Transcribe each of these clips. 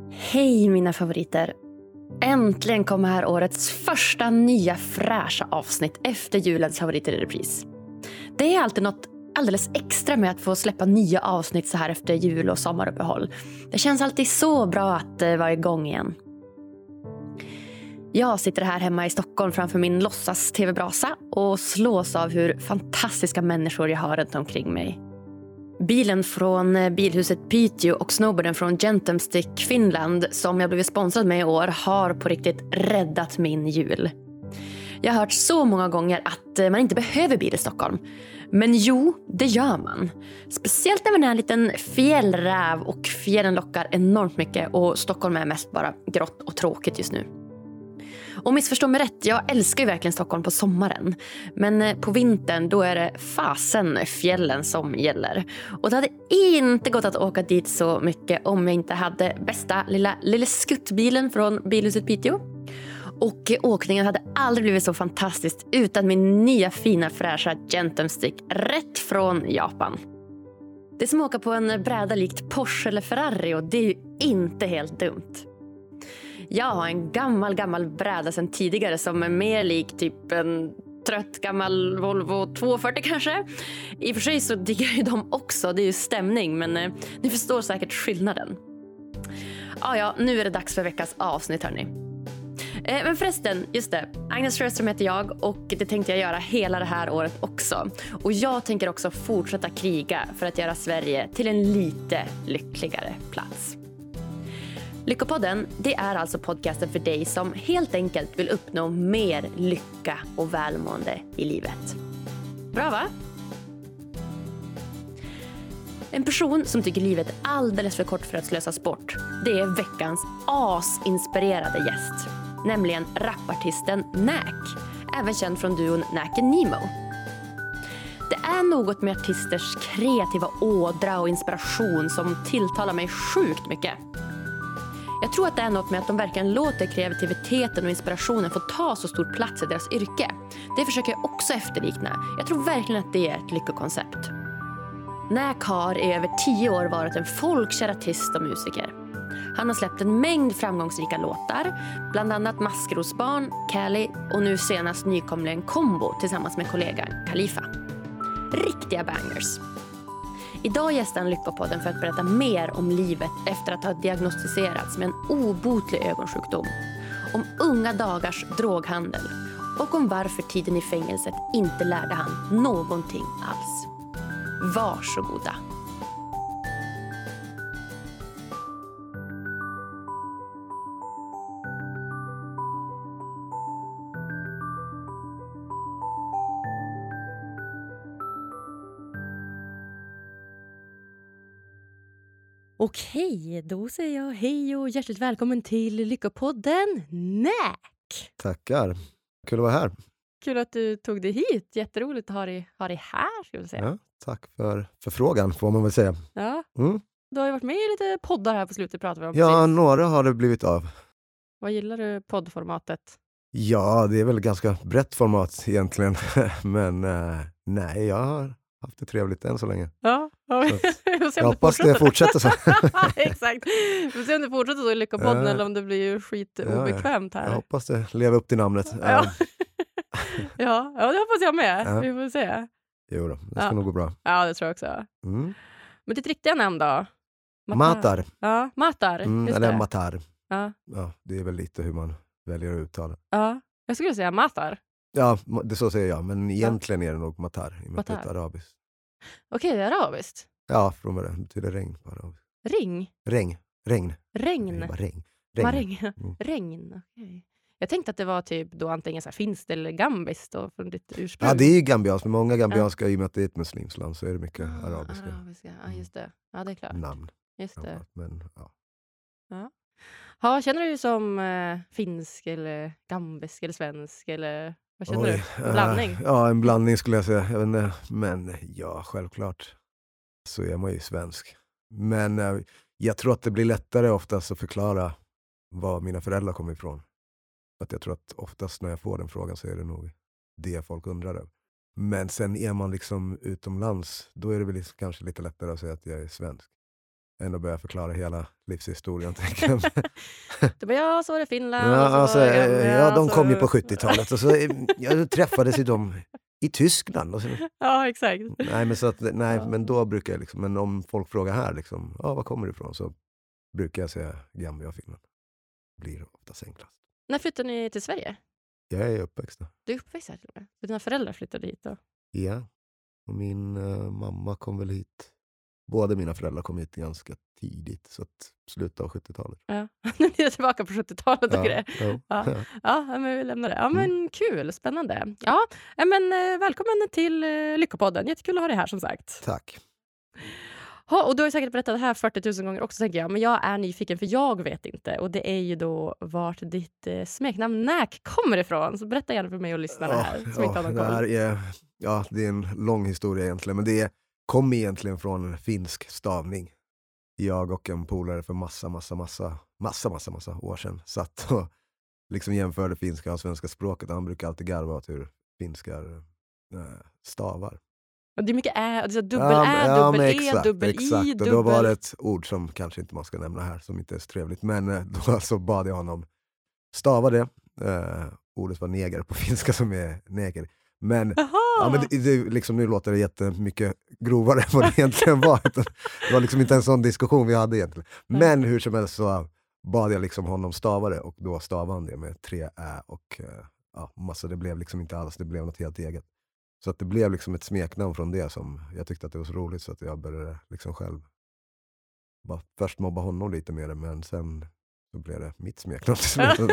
Hej mina favoriter! Äntligen kommer här årets första nya fräscha avsnitt efter julens favoriter i repris. Det är alltid något alldeles extra med att få släppa nya avsnitt så här efter jul- och sommaruppehåll. Det känns alltid så bra att vara igång igen. Jag sitter här hemma i Stockholm framför min låtsas-tv-brasa och slås av hur fantastiska människor jag har runt omkring mig. Bilen från bilhuset Piteå och snowboarden från Gentemstick Finland som jag blivit sponsrad med i år har på riktigt räddat min jul. Jag har hört så många gånger att man inte behöver bil i Stockholm. Men jo, det gör man. Speciellt när man är en liten fjällräv och fjällen lockar enormt mycket och Stockholm är mest bara grått och tråkigt just nu. Och missförstå mig rätt, jag älskar ju verkligen Stockholm på sommaren. Men på vintern då är det fasen fjällen som gäller. Och det hade inte gått att åka dit så mycket om jag inte hade bästa lilla skuttbilen från bilhuset Piteå. Och åkningen hade aldrig blivit så fantastiskt utan min nya fina fräscha Gentemstick rätt från Japan. Det är som att åka på en bräda likt Porsche eller Ferrari och det är ju inte helt dumt. Jag har en gammal bräda sedan tidigare som är mer lik typ en trött gammal Volvo 240 kanske. I och för sig så diggar ju de också, det är ju stämning, men ni förstår säkert skillnaden. Ja, nu är det dags för veckans avsnitt hörni. Men förresten, just det, Agnes Sjöström heter jag och det tänkte jag göra hela det här året också. Och jag tänker också fortsätta kriga för att göra Sverige till en lite lyckligare plats. Lyckopodden, det är alltså podcasten för dig som helt enkelt vill uppnå mer lycka och välmående i livet. Bra va? En person som tycker livet är alldeles för kort för att slösas bort, det är veckans asinspirerade gäst. Nämligen rapartisten Nack, även känd från duon Nack & Nemo. Det är något med artisters kreativa ådra och inspiration som tilltalar mig sjukt mycket. Jag tror att det är något med att de verkligen låter kreativiteten och inspirationen få ta så stor plats i deras yrke. Det försöker jag också efterlikna. Jag tror verkligen att det är ett lyckokoncept. Nack har i över 10 år varit en folkkär artist och musiker. Han har släppt en mängd framgångsrika låtar, bland annat Maskrosbarn, Cali och nu senast nykomlingen Combo tillsammans med kollegan Khalifa. Riktiga bangers. Idag gästar han Lyckopodden för att berätta mer om livet efter att ha diagnostiserats med en obotlig ögonsjukdom. Om unga dagars droghandel och om varför tiden i fängelset inte lärde han någonting alls. Varsågoda. Okej, då säger jag hej och hjärtligt välkommen till Lyckopodden, Nack! Tackar. Kul att vara här. Kul att du tog dig hit. Jätteroligt att ha dig här, skulle jag säga. Ja, tack för frågan, får man väl säga. Ja. Mm. Du har ju varit med i lite poddar här på slutet, pratar vi om. Ja, precis. några har det blivit av. Vad gillar du poddformatet? Ja, det är väl ganska brett format egentligen. Men nej, jag har haft det trevligt än så länge. Ja, Jag hoppas det fortsätter så. Exakt. Vi får se om det fortsätter så i Lyckopodden eller om det blir skitobekvämt här. Jag hoppas det lever upp till namnet. Ja. Ja, det hoppas jag med. Ja. Vi får se. Jo då, det ska nog gå bra. Ja, det tror jag också. Mm. Men ditt riktiga namn då? Matar. Ja, Matar. Eller Matar. Ja. Ja, det är väl lite hur man väljer att uttala. Ja, jag skulle säga Matar. Ja, det så säger jag. Men egentligen är det nog Matar. I Matar. Ett arabiskt. Okej, det är arabiskt. Ja, från vad det betyder regn på arabiskt. Ring? Regn. Regn. Regn. Regn. Okay. Jag tänkte att det var typ då antingen så här finskt eller gambiskt då, från ditt ursprung. Ja, det är ju gambianskt. Men många gambianska, i och med att det är ett muslimsland, så är det mycket arabiska. Ja, just det. Ja, det är klart. Namn. Just det. Men, ja, känner du som finsk eller gambisk eller svensk eller vad känner du? En blandning? Ja, en blandning skulle jag säga. Jag vet inte, men ja, självklart så är man ju svensk. Men jag tror att det blir lättare oftast att förklara var mina föräldrar kommer ifrån. Att jag tror att oftast när jag får den frågan så är det nog det folk undrar över. Men sen är man liksom utomlands, då är det väl kanske lite lättare att säga att jag är svensk. än att börja förklara hela livshistorien. tänker jag. Du bara, ja, så var det Finland. Ja, och så alltså, var det, ja, de så- kom ju på 70-talet och så träffades ju de i Tyskland. Och så, Ja, exakt. nej, men, så att, nej, Ja. men då brukar jag liksom, men om folk frågar här liksom, var kommer du ifrån? Så brukar jag säga Gambia, Finland. Blir oftast enklast. När flyttade ni till Sverige? Jag är uppväxt där. Du är uppväxt här till och med. Så dina föräldrar flyttade hit då? Ja, och min mamma kom väl hit. Båda mina föräldrar kom hit ganska tidigt, så att slutet av 70-talet. Ja. Nu är jag tillbaka på 70-talet och grejer. ja. Ja. Ja, men vi lämnar det. Ja, men kul, spännande. Ja, men välkommen till Lyckopodden. Jättekul att ha dig här som sagt. Tack. Ja, och du har ju säkert berättat det här 40 000 gånger också, tänker jag. Men jag är nyfiken, för jag vet inte. Och det är ju då vart ditt smeknamn Näk kommer ifrån. Så berätta gärna för mig och lyssnarna här. Som inte har någon det koll. här är, det är en lång historia egentligen, men det kom egentligen från en finsk stavning. Jag och en polare för massa år sedan satt och liksom jämförde finska och svenska språket. Han brukar alltid garva åt hur finskar stavar. Och det är mycket ä, det är så dubbel ä, dubbel i, Och då var det ett ord som kanske inte man ska nämna här, som inte är så trevligt. Men då så bad jag honom stava det. Ordet var neger på finska, som är neger. Men, men det, liksom, nu låter det jättemycket grovare än vad det egentligen var. Det var liksom inte en sån diskussion vi hade egentligen. Men hur som helst så bad jag liksom honom stava det, och då stavade han det med 3 ä och massa. Det blev liksom inte alls, det blev något helt eget. Så att det blev liksom ett smeknamn från det, som jag tyckte att det var så roligt, så att jag började liksom själv bara först mobba honom lite mer, men sen så blev det mitt smeknamn till slut.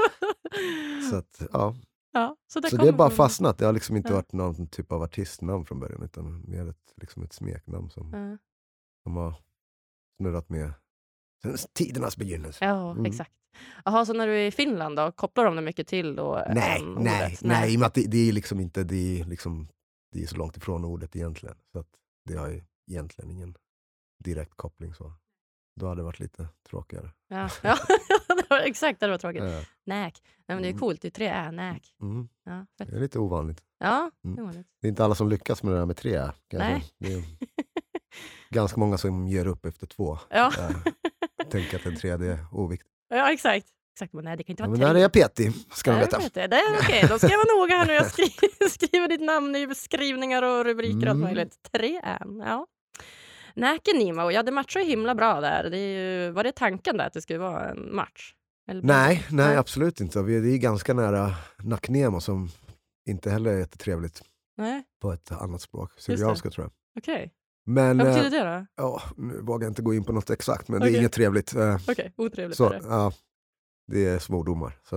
Så att, så det är bara fastnat. Det har liksom inte varit någon typ av artistnamn från början, utan mer liksom ett smeknamn som har snurrat med sen tidernas begynnelse. Ja, exakt. Jaha, så när du är i Finland då, kopplar de det mycket till då? Nej, men att det är liksom inte, det är så långt ifrån ordet egentligen, så att det har ju egentligen ingen direkt koppling så. Då hade det varit lite tråkigare. Ja. Exakt, det var tråkigt. Näk. Nej, men det är coolt, det är 3 ä, näk. Ja, det är lite ovanligt. Ja, det är ovanligt. Det är inte alla som lyckas med det där med 3 ä. Nej. Det är ganska många som ger upp efter 2. Ja. Tänker att den 3:e är oviktig. Ja, exakt. Men nej, det kan inte vara 3. Men där är jag petig, ska de veta. Det är okej. Då ska jag vara noga här nu. Jag skriver ditt namn i beskrivningar och rubriker och allt möjligt. 3 ä, ja. Näkenima, och det matchar ju himla bra där. Det är ju, var det tanken där att det skulle vara en match? Eller nej, absolut inte. Det är ganska nära Naknemo, som inte heller är jättetrevligt på ett annat språk. Syrianska tror jag. Okej. Men, vad betyder det då? Ja, nu vågar jag inte gå in på något exakt, men det är inget trevligt. Okej, otrevligt så, är det. Ja, det är svordomar. Så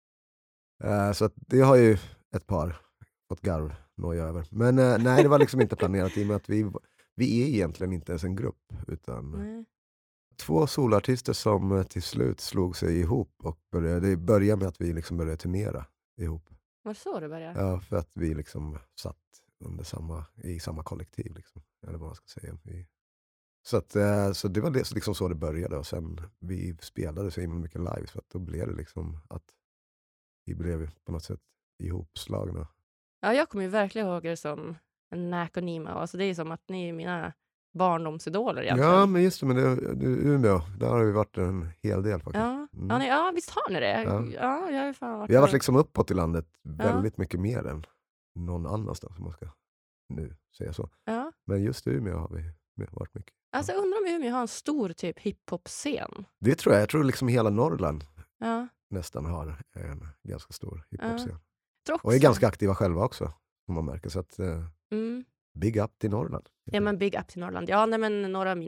att det har ju ett par fått garv noja över. Men nej, det var liksom inte planerat, i och med att vi är egentligen inte ens en grupp, utan 2 solartister som till slut slog sig ihop och började med att vi liksom började turnera ihop. Var så det började? Ja, för att vi liksom satt i samma kollektiv liksom, eller vad man ska säga. Så det var det, liksom så det började, och sen vi spelade så himla mycket live, så att då blev det liksom att vi blev på något sätt ihopslagna. Ja, jag kommer ju verkligen ihåg det som en Näk och Nima. Alltså det är som att ni är mina barndomsidoler egentligen. Ja, men just det, men det Umeå, där har vi varit en hel del faktiskt. Ja, visst har ni det? Ja, jag är fan varit. Vi har varit liksom uppåt i landet väldigt mycket mer än någon annanstans, om man ska nu säga så. Ja. Men just i Umeå har vi varit mycket. Alltså jag undrar om Umeå har en stor typ hiphop-scen. Det tror jag. Jag tror liksom hela Norrland nästan har en ganska stor hiphop-scen. Och är ganska aktiva själva också, som man märker. Så att big up till Norrland. Ja, men big up till Norrland. Ja, nej, men några av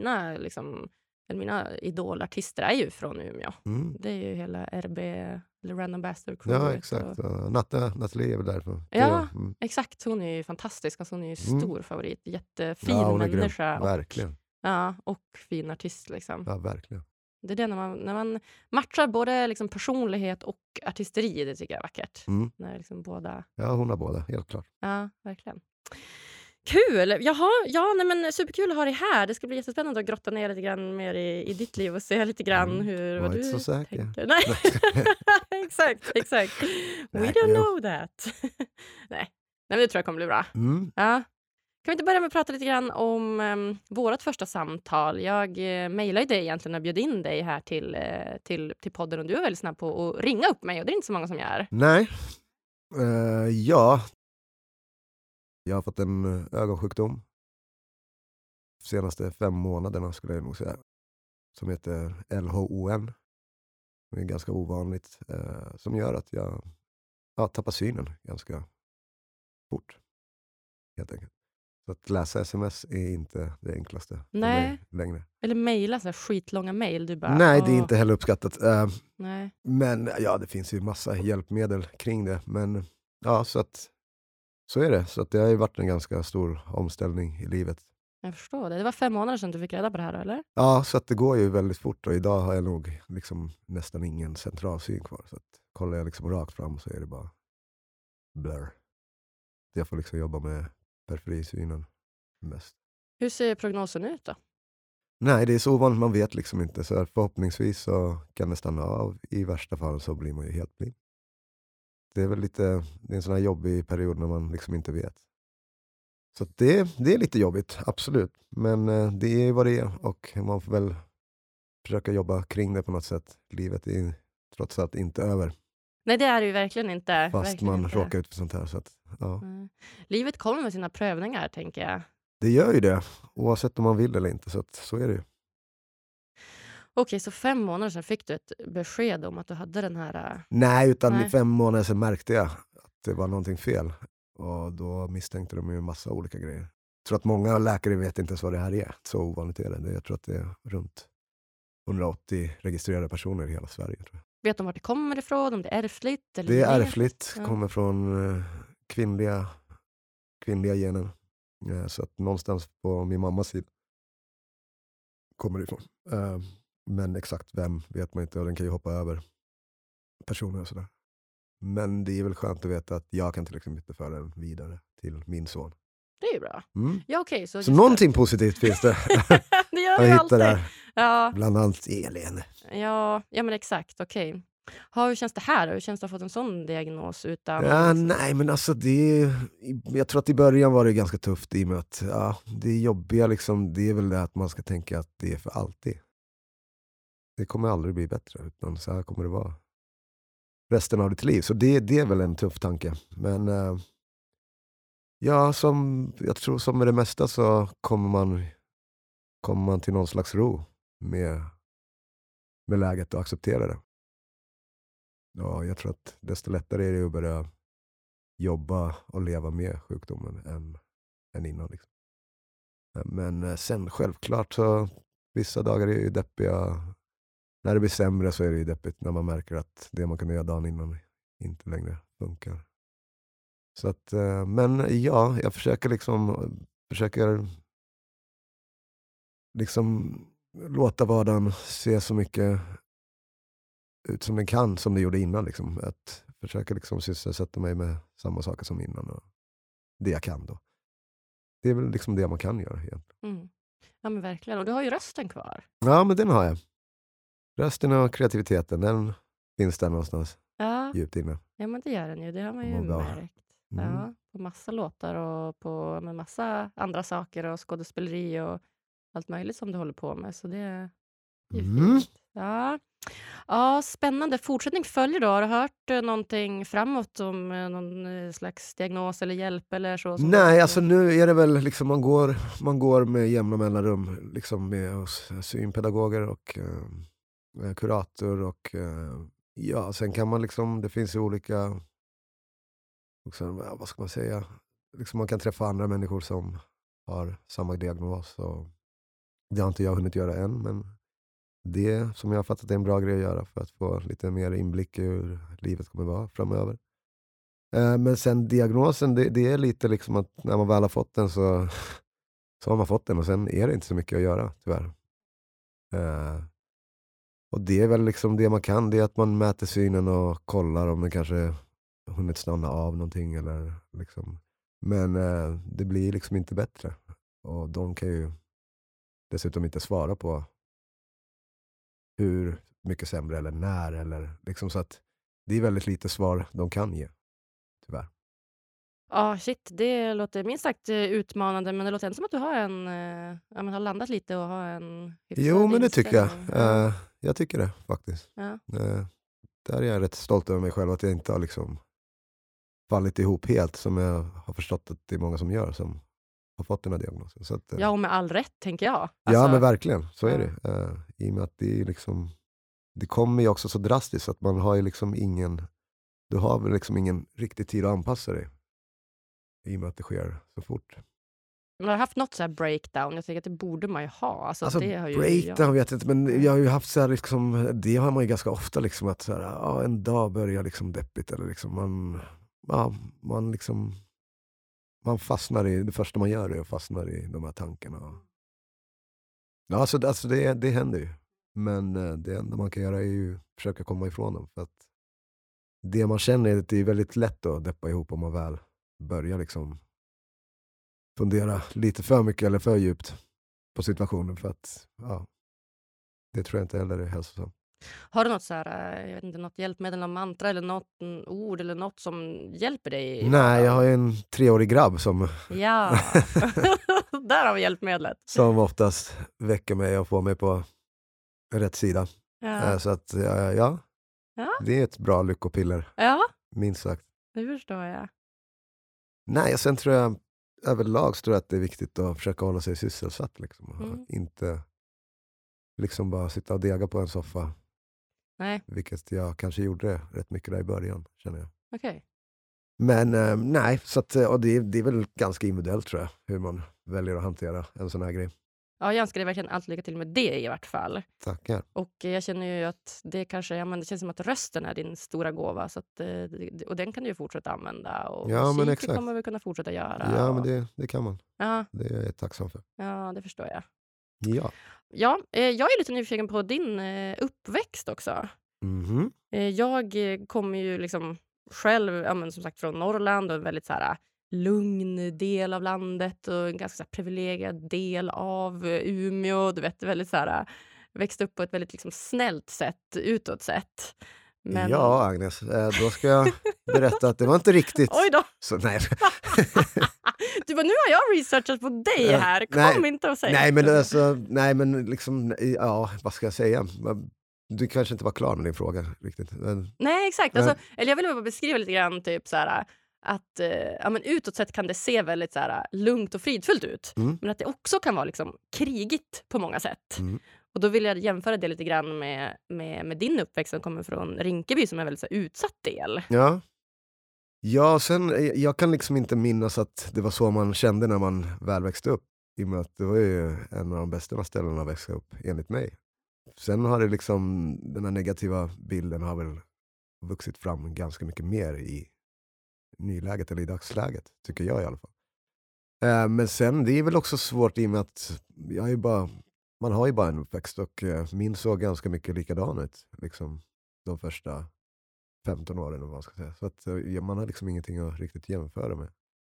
mina idolartister är ju från Umeå. Det är ju hela RB, eller Random Bastard Crew. Ja, exakt. Nathalie är väl därifrån. Ja, exakt. Hon är ju fantastisk. Alltså, hon är ju stor favorit. Jättefin människa. Verkligen. Ja, och fin artist liksom. Ja, verkligen. Det är det när man matchar både liksom personlighet och artisteri, det tycker jag är vackert. När liksom båda... Ja, hon har båda, helt klart. Ja, verkligen. Kul! Jaha, men superkul att ha dig här. Det ska bli jättespännande att grotta ner lite grann mer i ditt liv och se lite grann vad du så säker. tänker. Nej, exakt. We don't know that. Nej, men det tror jag kommer bli bra. Ja. vi inte börja med att prata lite grann om vårt första samtal? Jag mejlade dig egentligen och bjöd in dig här till podden och du är väldigt snabb på att ringa upp mig och det är inte så många som gör. Nej, ja. Jag har fått en ögonsjukdom. Senaste 5 månaderna skulle jag nog säga. Som heter LHON. Det är ganska ovanligt. Som gör att jag tappar synen ganska fort. Helt enkelt. Så att läsa sms är inte det enklaste för mig längre. Eller mejla så här skitlånga mejl. Du bara, Nej, det är inte heller uppskattat. Nej. Men ja, det finns ju massa hjälpmedel kring det. Men ja, så är det. Så att det har ju varit en ganska stor omställning i livet. Jag förstår det. Det var 5 månader sedan du fick reda på det här, eller? Ja, så att det går ju väldigt fort och idag har jag nog liksom nästan ingen centralsyn kvar. Så att kollar jag liksom rakt fram så är det bara blur. Jag får liksom jobba med periferisynen mest. Hur ser prognosen ut då? Nej, det är så ovanligt, man vet liksom inte. Så förhoppningsvis så kan det stanna av. I värsta fall så blir man ju helt blind. Det är väl lite, det är en sån här jobbig period när man liksom inte vet. Så att det är lite jobbigt, absolut. Men det är vad det är och man får väl försöka jobba kring det på något sätt. Livet är trots allt inte över. Nej, det är det ju verkligen inte. Fast verkligen man inte. råkar ut för sånt här. Så att, ja. Livet kommer med sina prövningar, tänker jag. Det gör ju det, oavsett om man vill eller inte. Så är det ju. Okej, så 5 månader sedan fick du ett besked om att du hade den här... Nej, utan i 5 månader sedan märkte jag att det var någonting fel. Och då misstänkte de ju en massa olika grejer. Jag tror att många läkare vet inte ens vad det här är. Så ovanligt är det. Jag tror att det är runt 180 registrerade personer i hela Sverige. Tror jag. Vet de vart det kommer ifrån? Om det är ärftligt? Eller det är ärftligt. Kommer från kvinnliga genen. Så att någonstans på min mammas sida kommer det ifrån. Men exakt vem vet man inte och den kan ju hoppa över personer och sådär. Men det är väl skönt att veta att jag kan till exempel inte föra den vidare till min son. Det är ju bra. Ja, okay, så någonting positivt finns det. Det gör det alltid. Där. Ja. Bland annat Elin. Ja men exakt, okej. Hur känns det här? Hur känns det att ha fått en sån diagnos utan... Nej, men alltså jag tror att i början var det ganska tufft i och med att det jobbiga liksom, det är väl det att man ska tänka att det är för alltid. Det kommer aldrig bli bättre, utan så här kommer det vara resten av ditt liv. Så det är väl en tuff tanke. Men jag tror som med det mesta så kommer man till någon slags ro med läget och acceptera det. Ja, jag tror att desto lättare är det att börja jobba och leva med sjukdomen än innan. Liksom. Men sen självklart så vissa dagar är ju deppiga. När det blir sämre så är det ju deppigt när man märker att det man kunde göra dagen innan inte längre funkar. Så att, men ja, jag försöker låta vardagen se så mycket ut som den kan, som det gjorde innan. Liksom. Att försöka sysselsätta mig med samma saker som innan och det jag kan då. Det är väl liksom det man kan göra egentligen. Ja men verkligen, och du har ju rösten kvar. Ja men den har jag. Rösten och kreativiteten, den finns där någonstans djupt inne. Ja men det gör den ju, det har man ju märkt. Ja, på massa låtar och med massa andra saker och skådespeleri och allt möjligt som du håller på med. Så det är ju fint. Ja, spännande. Fortsättning följer då. Har du hört någonting framåt om någon slags diagnos eller hjälp eller så? Nej, alltså nu är det väl liksom man går med jämna mellanrum liksom med synpedagoger och kurator och sen kan man liksom, det finns ju olika också, vad ska man säga, liksom man kan träffa andra människor som har samma diagnos och det har inte jag hunnit göra än, men det som jag har fattat är en bra grej att göra för att få lite mer inblick i hur livet kommer vara framöver. Men sen diagnosen, det är lite liksom att när man väl har fått den så har man fått den och sen är det inte så mycket att göra tyvärr. Och det är väl liksom det man kan, det är att man mäter synen och kollar om den kanske hunnit stanna av någonting eller liksom. Men det blir liksom inte bättre och de kan ju dessutom inte svara på hur mycket sämre eller när eller liksom, så att det är väldigt lite svar de kan ge tyvärr. Ja, shit, det låter minst sagt utmanande, men det låter ändå som att du har har landat lite och har en Jo, hyfsad men det tycker jag. inställning. Ja, Jag tycker det faktiskt. ja. Eh, Där är jag rätt stolt över mig själv, att jag inte har liksom fallit ihop helt, som jag har förstått att det är många som gör, som har fått den här diagnosen. Så att, Ja, och med all rätt, tänker jag. ja, men Alltså, verkligen, så är ja. det. I och med att det är liksom, det kommer ju också så drastiskt att man har ju liksom du har väl liksom ingen riktig tid att anpassa dig, i och med att det sker så fort. Man har haft något så här breakdown. Jag tänker att det borde man ju ha. Alltså, Alltså det har ju breakdown jag. vet jag inte, men Nej. jag har ju haft så här liksom, det har man ju ganska ofta liksom, att så här, ja, en dag börjar liksom deppigt, eller liksom man liksom, man fastnar i, det första man gör är att fastna i de här tankarna. Ja, alltså det händer ju. Men det enda man kan göra är ju försöka komma ifrån dem. För att det man känner är att det är väldigt lätt att deppa ihop om man väl börjar liksom fundera lite för mycket eller för djupt på situationen. För att det tror jag inte heller är hälsosamt. Har du något så här, jag vet inte, något hjälpmedel, något mantra eller något ord eller något som hjälper dig i Nej, jag har vardagen? ju en 3-årig grabb som, Ja, där har vi hjälpmedlet. som oftast väcker mig och får mig på rätt sida. Ja, Så att ja, ja, det är ett bra lyckopiller, ja, minst sagt. det förstår jag. Nej, sen tror jag överlag tror jag att det är viktigt att försöka hålla sig sysselsatt. Liksom. Och Mm. inte liksom bara sitta och dega på en soffa. Nej, Vilket jag kanske gjorde rätt mycket där i början, känner jag. okej. Men nej, så att, och det är väl ganska individuellt tror jag, hur man väljer att hantera en sån här grej. Ja, jag önskar dig verkligen allt lycka till med det i vart fall. Tackar. Och jag känner ju att det kanske, det känns som att rösten är din stora gåva. Så att, och den kan du ju fortsätta använda. Och Ja, men musik exakt. kommer vi kunna fortsätta göra. Ja, men Och, det kan man. ja, Det är jag tacksam för. ja, det förstår jag. Ja. Ja, jag är lite nyfiken på din uppväxt också. Mhm. Jag kommer ju liksom själv, som sagt, från Norrland och en väldigt så här lugn del av landet och en ganska så här privilegierad del av Umeå. Du vet, väldigt så här, växte upp på ett väldigt liksom snällt sätt, utåt sett. Men... Ja, Agnes, då ska jag berätta att det var inte riktigt Oj då! så. Nej. Du bara, nu har jag researchat på dig här. Kom Nej, inte och säg. nej men liksom, ja, vad ska jag säga? Du kanske inte var klar med din fråga riktigt. Nej, exakt. Alltså, eller jag vill bara beskriva lite grann typ så här, att utåt sett kan det se väldigt så här, lugnt och fridfullt ut. Mm. Men att det också kan vara liksom krigigt på många sätt. Mm. Och då vill jag jämföra det lite grann med din uppväxt som kommer från Rinkeby som är en väldigt så här, utsatt del. Ja. Ja, sen, jag kan liksom inte minnas att det var så man kände när man väl växte upp. I och med att det var ju en av de bästa ställena att växa upp, enligt mig. Sen har det liksom, den här negativa bilden har väl vuxit fram ganska mycket mer i nyläget, eller i dagsläget, tycker jag i alla fall. Men sen, det är väl också svårt i och med att man har ju bara en uppväxt, och min såg ganska mycket likadan ut liksom, de första 15 åren, om man ska säga. Så att man har liksom ingenting att riktigt jämföra med.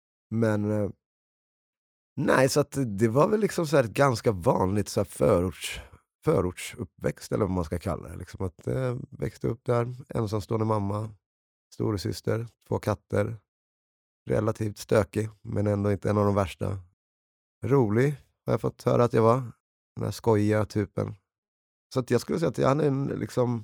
Men nej, så att det var väl liksom så här ett ganska vanligt så här förortsuppväxt, eller vad man ska kalla det. Liksom att växte upp där, ensamstående mamma, storasyster, 2 katter. Relativt stökig, men ändå inte en av de värsta. Rolig har jag fått höra att jag var. Den här skojiga typen. Så att jag skulle säga att jag hade en, liksom,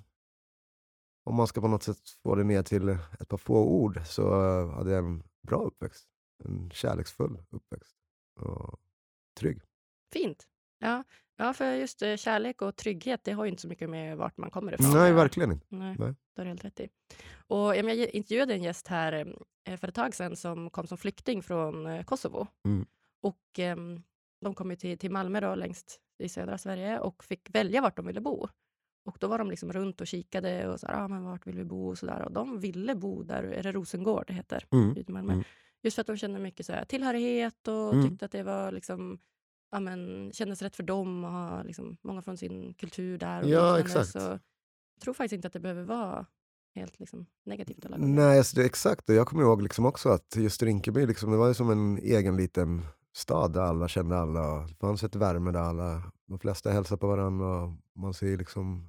om man ska på något sätt få det ner till ett par få ord, så hade jag en bra uppväxt. En kärleksfull uppväxt. Och trygg. Fint. Ja, ja, för just kärlek och trygghet, det har ju inte så mycket med vart man kommer ifrån. Nej, verkligen inte. Nej, Nej. det har du helt rätt i. Och jag intervjuade en gäst här för ett tag sedan som kom som flykting från Kosovo. Mm. Och de kom ju till Malmö då, längst i södra Sverige, och fick välja vart de ville bo. Och då var de liksom runt och kikade och sa, men vart vill vi bo och sådär. Och de ville bo där, är det Rosengård det heter, i Malmö. Mm. Just för att de kände mycket så här, tillhörighet och tyckte att det var liksom, kändes rätt för dem och ha liksom många från sin kultur där. Och Ja, liknande. exakt. Så jag tror faktiskt inte att det behöver vara helt liksom negativt alla Nej, alltså det är exakt. Och jag kommer ihåg liksom också att just Rinkeby, liksom, det var ju som en egen liten stad där alla kände alla. Och det fanns ett värme där de flesta hälsar på varandra, och man ser liksom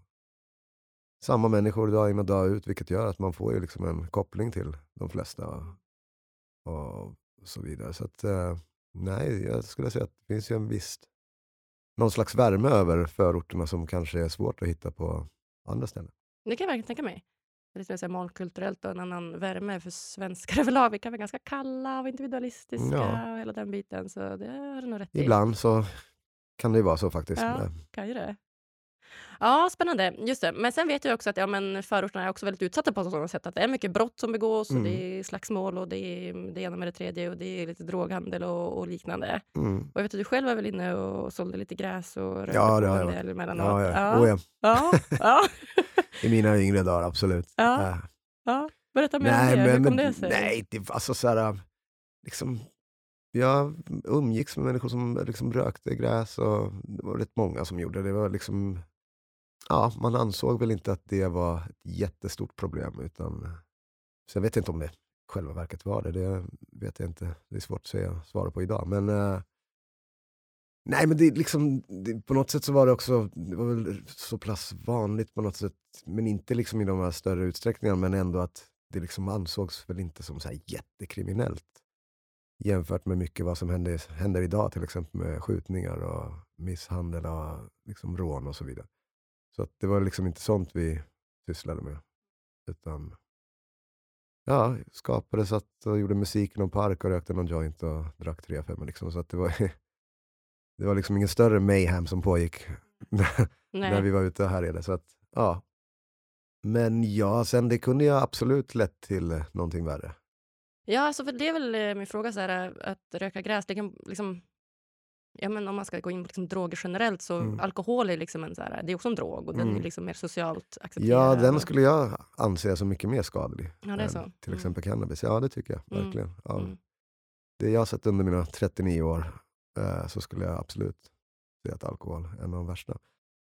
samma människor dag in och dag ut, vilket gör att man får ju liksom en koppling till de flesta. och så vidare. Så att, nej, jag skulle säga att det finns ju någon slags värme över förorterna som kanske är svårt att hitta på andra ställen. Det kan jag verkligen tänka mig. Det är lite så här mångkulturellt och en annan värme för svenskar överlag. Vi kan vara ganska kalla och individualistiska Ja. och hela den biten. Så det har du nog rätt i. Ibland så kan det ju vara så faktiskt. Ja, kan ju det. Ja, spännande. Just det. Men sen vet jag också att förorterna är också väldigt utsatta på sådana sätt. Att det är mycket brott som begås och det är slagsmål och det är det ena med det tredje och det är lite droghandel och liknande. Mm. Och jag vet att du själv var väl inne och sålde lite gräs och rökte Ja, på det har en jag del varit. emellanåt. Ja. Ja. I mina yngre dagar, absolut. Ja. Ja. Berätta mer om det. Hur kom det sig? Nej, det var alltså så här, liksom, jag umgicks med människor som liksom rökte gräs och det var rätt många som gjorde det. Det var liksom, ja, man ansåg väl inte att det var ett jättestort problem, utan så jag vet inte om det själva verket var det vet jag inte. Det är svårt att svara på idag, men nej, men det liksom, på något sätt så var det var väl så pass vanligt på något sätt, men inte liksom i de här större utsträckningarna, men ändå att det liksom ansågs väl inte som så här jättekriminellt jämfört med mycket vad som händer idag, till exempel med skjutningar och misshandel och liksom rån och så vidare. Så att det var liksom inte sånt vi sysslade med, utan ja, skapade, satt och gjorde musik i någon park och rökte någon joint och drack 3-5 liksom. Så att det var liksom ingen större mayhem som pågick när vi var ute och härjade. Så att, ja. Men ja, sen det kunde jag absolut lett till någonting värre. Ja, alltså för det är väl min fråga så här, att röka gräs, det kan liksom, ja, men om man ska gå in på liksom droger generellt så alkohol är liksom det är också en drog och den är liksom mer socialt accepterad. Ja, den skulle jag anse som mycket mer skadlig. Ja, det är så. Till exempel cannabis. Ja, det tycker jag verkligen. Ja. Det jag har sett under mina 39 år så skulle jag absolut säga att alkohol är en av de värsta.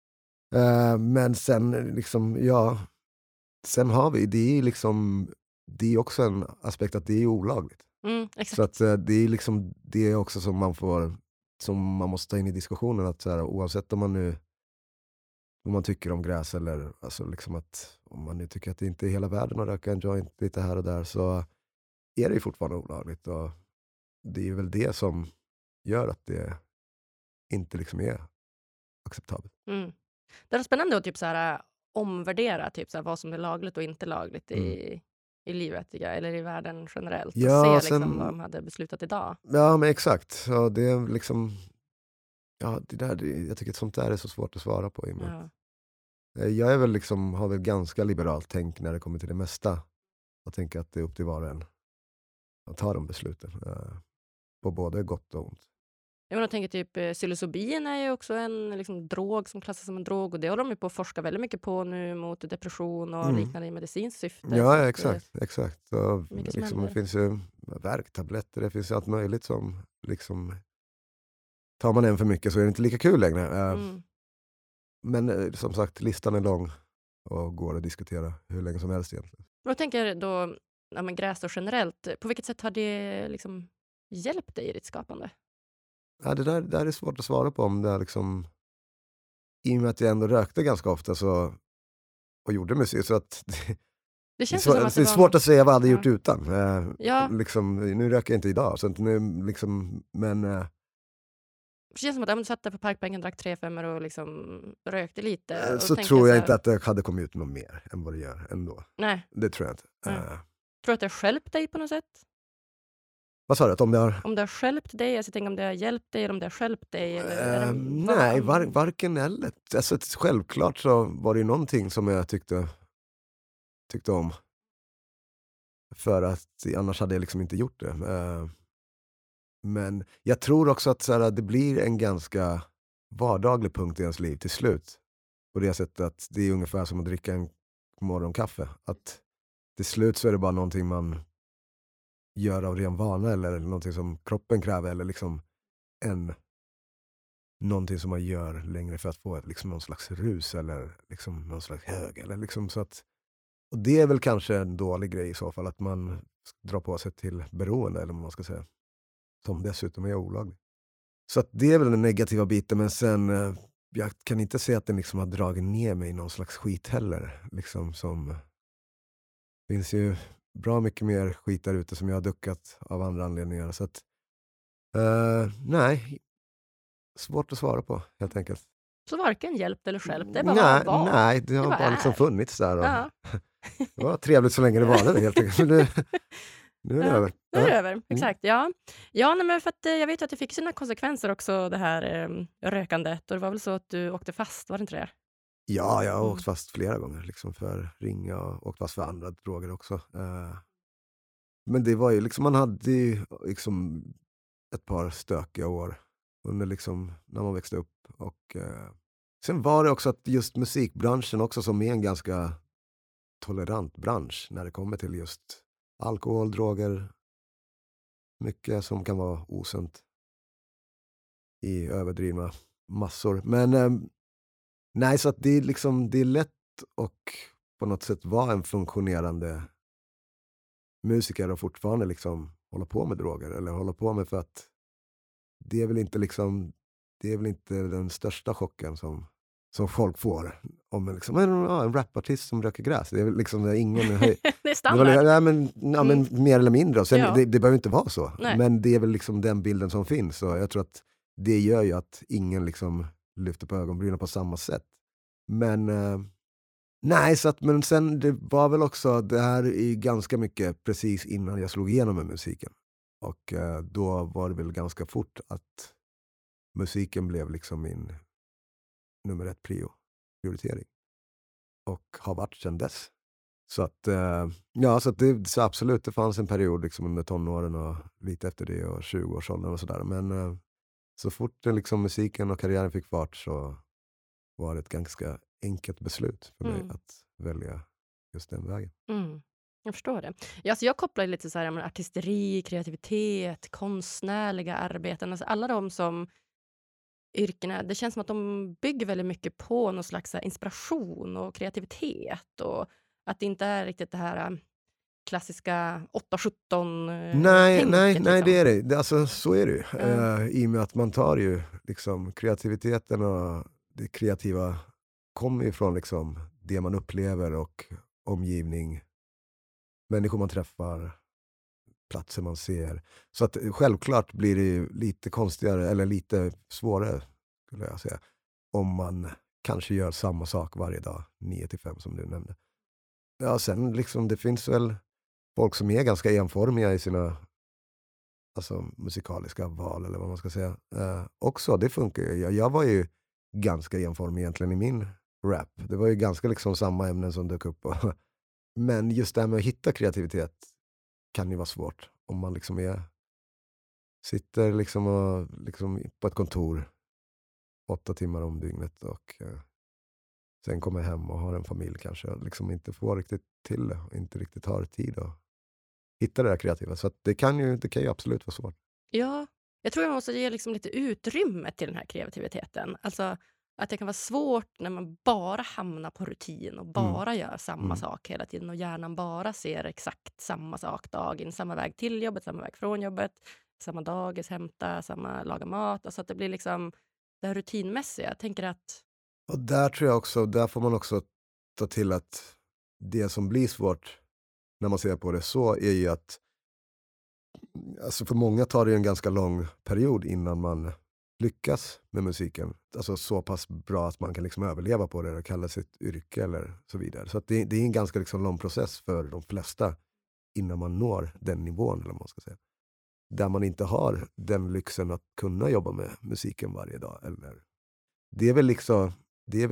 Men sen liksom, ja, sen har vi, det är också en aspekt att det är olagligt. Exakt. Så att det är liksom det också som man måste ta in i diskussionen, att så här, oavsett om man tycker om gräs eller alltså liksom att om man nu tycker att det inte är hela världen att röka en joint lite här och där, så är det ju fortfarande olagligt, och det är väl det som gör att det inte liksom är acceptabelt. Det är spännande att typ så här omvärdera typ så här vad som är lagligt och inte lagligt i livet, eller i världen generellt. Ja, och se liksom vad de hade beslutat idag. Ja, men exakt. Så det är liksom, ja, jag tycker att sånt där är så svårt att svara på. Jag är väl liksom, har väl ganska liberalt tänk när det kommer till det mesta. Jag tänker att det är upp till var och en att ta de besluten. På både gott och ont. Jag tänker typ psilocybin är ju också en liksom, drog som klassas som en drog, och det håller de ju på att forska väldigt mycket på nu mot depression och liknande i medicinskt syfte. Ja, exakt. Så, liksom, det finns ju värktabletter, det finns ju allt möjligt som liksom, tar man en för mycket så är det inte lika kul längre. Men som sagt, listan är lång och går att diskutera hur länge som helst egentligen. Jag tänker då, gräs då generellt, på vilket sätt har det liksom hjälpt dig i ditt skapande? Ja, det där är svårt att svara på, om det är liksom, i och med att jag ändå rökte ganska ofta och gjorde musik, så att det känns som att det är svårt att säga vad jag hade gjort utan. Ja. Liksom, nu röker jag inte idag, så nu liksom, men det känns som att du satt där på parkbänken, drack 3-5 och liksom rökte lite. Och så tror jag inte att det hade kommit ut något mer än vad det gör ändå. Nej. Det tror jag inte. Tror du att det har hjälpt dig på något sätt? Vad sa du? Att om det har hjälpt dig? Jag tänker om det har hjälpt dig eller om det har hjälpt dig? Eller nej, varken eller. Alltså, självklart så var det ju någonting som jag tyckte om. För att annars hade jag liksom inte gjort det. Men jag tror också att så här, det blir en ganska vardaglig punkt i ens liv till slut. På det sättet att det är ungefär som att dricka en morgonkaffe. Att till slut så är det bara någonting man gör av ren vana, eller någonting som kroppen kräver, eller liksom någonting som man gör längre för att få liksom någon slags rus eller liksom någon slags hög, eller liksom, så att, och det är väl kanske en dålig grej i så fall, att man drar på sig till beroende, eller vad man ska säga, som dessutom är olaglig. Så att det är väl den negativa biten, men sen jag kan inte säga att den liksom har dragit ner mig i någon slags skit heller, liksom, som finns ju bra mycket mer skit där ute som jag har duckat av andra anledningar. Så att, nej, svårt att svara på helt enkelt. Så varken hjälpt eller stjälpt, det bara var. Nej, det har bara liksom funnits där. Och Ja. det var trevligt så länge det var det helt enkelt. Nu är det över. Nu är det över, exakt. Ja, nej, men för att jag vet att det fick sina konsekvenser också, det här rökandet. Och det var väl så att du åkte fast, var det inte det? Ja, jag har åkt fast flera gånger liksom för ringa och åkt fast för andra droger också. Men det var ju liksom, man hade ju liksom ett par stökiga år under liksom när man växte upp. Och sen var det också att just musikbranschen också, som är en ganska tolerant bransch när det kommer till just alkohol, droger, mycket som kan vara osunt i överdrivna massor. Men nej, så att det är liksom, det är lätt och på något sätt vara en funktionerande musiker och fortfarande liksom hålla på med droger eller hålla på med, för att det är väl inte liksom, det är väl inte den största chocken som folk får om en rapartist som röker gräs. Det är väl liksom ingen det är standard. Men mer eller mindre. Och sen, Ja. det behöver inte vara så. Nej. Men det är väl liksom den bilden som finns. Och jag tror att det gör ju att ingen liksom lyfter på ögonbrynen på samma sätt. Men nej, så att, men sen det var väl också, det här är ganska mycket precis innan jag slog igenom med musiken. Och då var det väl ganska fort att musiken blev liksom min nummer 1 prioritering. Och har varit sedan dess. Så att, så absolut, det fanns en period liksom under tonåren och lite efter det och 20-årsåldern och sådär. Men så fort det liksom musiken och karriären fick fart så var det ett ganska enkelt beslut för mig att välja just den vägen. Jag förstår det. Ja, alltså jag kopplar lite så här med artisteri, kreativitet, konstnärliga arbeten. Alltså alla de som yrkena, det känns som att de bygger väldigt mycket på någon slags inspiration och kreativitet. Och att det inte är riktigt det här klassiska 8-17 Nej, tänket, det är det. Alltså, så är det ju. I och med att man tar ju liksom kreativiteten och det kreativa kommer ju från liksom det man upplever och omgivning, människor man träffar, platser man ser. Så att självklart blir det ju lite konstigare eller lite svårare, skulle jag säga, om man kanske gör samma sak varje dag 9-5 som du nämnde. Ja, sen liksom det finns väl folk som är ganska enformiga i sina musikaliska val eller vad man ska säga. Också, det funkar ju. Jag var ju ganska enformig egentligen i min rap. Det var ju ganska liksom samma ämnen som dök upp. Men just det här med att hitta kreativitet kan ju vara svårt om man liksom sitter liksom på ett kontor 8 timmar om dygnet och sen kommer hem och har en familj kanske och liksom inte får riktigt till det och inte riktigt har tid att hitta det där kreativa. Så att det kan ju absolut vara svårt. Ja, jag tror jag måste ge liksom lite utrymme till den här kreativiteten. Alltså att det kan vara svårt när man bara hamnar på rutin och bara gör samma sak hela tiden och hjärnan bara ser exakt samma sak dagen, samma väg till jobbet, samma väg från jobbet, samma dagis, hämta, samma laga mat. Alltså att det blir liksom det här rutinmässiga. Jag tänker att... Och där tror jag också, där får man också ta till att det som blir svårt när man ser på det så är ju att alltså för många tar det en ganska lång period innan man lyckas med musiken. Alltså så pass bra att man kan liksom överleva på det och kalla sitt yrke eller så vidare. Så att det är en ganska liksom lång process för de flesta innan man når den nivån, eller vad man ska säga. Där man inte har den lyxen att kunna jobba med musiken varje dag. Eller, det är väl liksom, det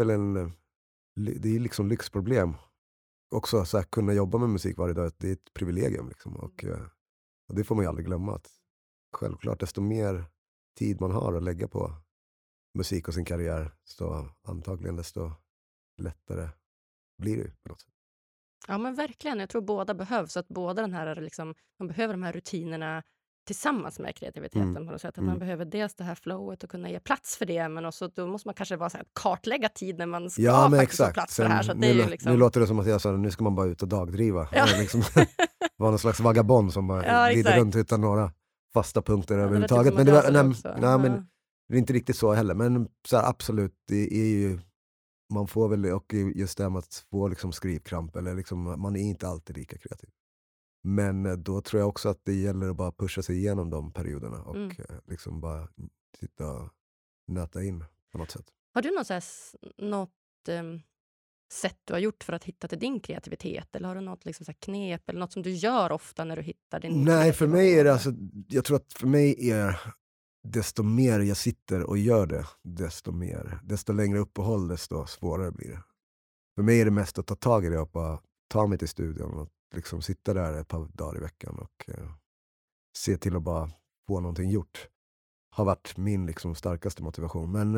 är liksom lyxproblem. Också så här, kunna jobba med musik varje dag, det är ett privilegium liksom. Och det får man ju aldrig glömma, att självklart desto mer tid man har att lägga på musik och sin karriär, så antagligen desto lättare blir det på något sätt. Ja, men verkligen. Jag tror båda behövs. Att båda den här liksom, man behöver de här rutinerna tillsammans med kreativiteten på något sätt. Att man behöver dels det här flowet och kunna ge plats för det, men också då måste man kanske vara så här, kartlägga tid när man ska faktiskt ha plats för det här. Så att det är ju liksom... Nu låter det som att jag sa, nu ska man bara ut och dagdriva. Ja. Liksom, vara någon slags vagabond som bara glider runt utan några fasta punkter överhuvudtaget. Men men det är inte riktigt så heller. Men så här, absolut, det är ju, man får väl, och just det med att få liksom skrivkramp, eller liksom, man är inte alltid lika kreativ. Men då tror jag också att det gäller att bara pusha sig igenom de perioderna och liksom bara sitta och nöta in på något sätt. Har du något, så här, något sätt du har gjort för att hitta till din kreativitet? Eller har du något liksom, så här, knep eller något som du gör ofta när du hittar din Nej, för kreativa mig är det förmåga? alltså, jag tror att för mig är desto mer jag sitter och gör det, desto längre uppehåll, desto svårare blir det. För mig är det mest att ta tag i det och bara ta mig till studion och liksom sitta där ett par dagar i veckan och se till att bara få någonting gjort. Har varit min liksom starkaste motivation. Men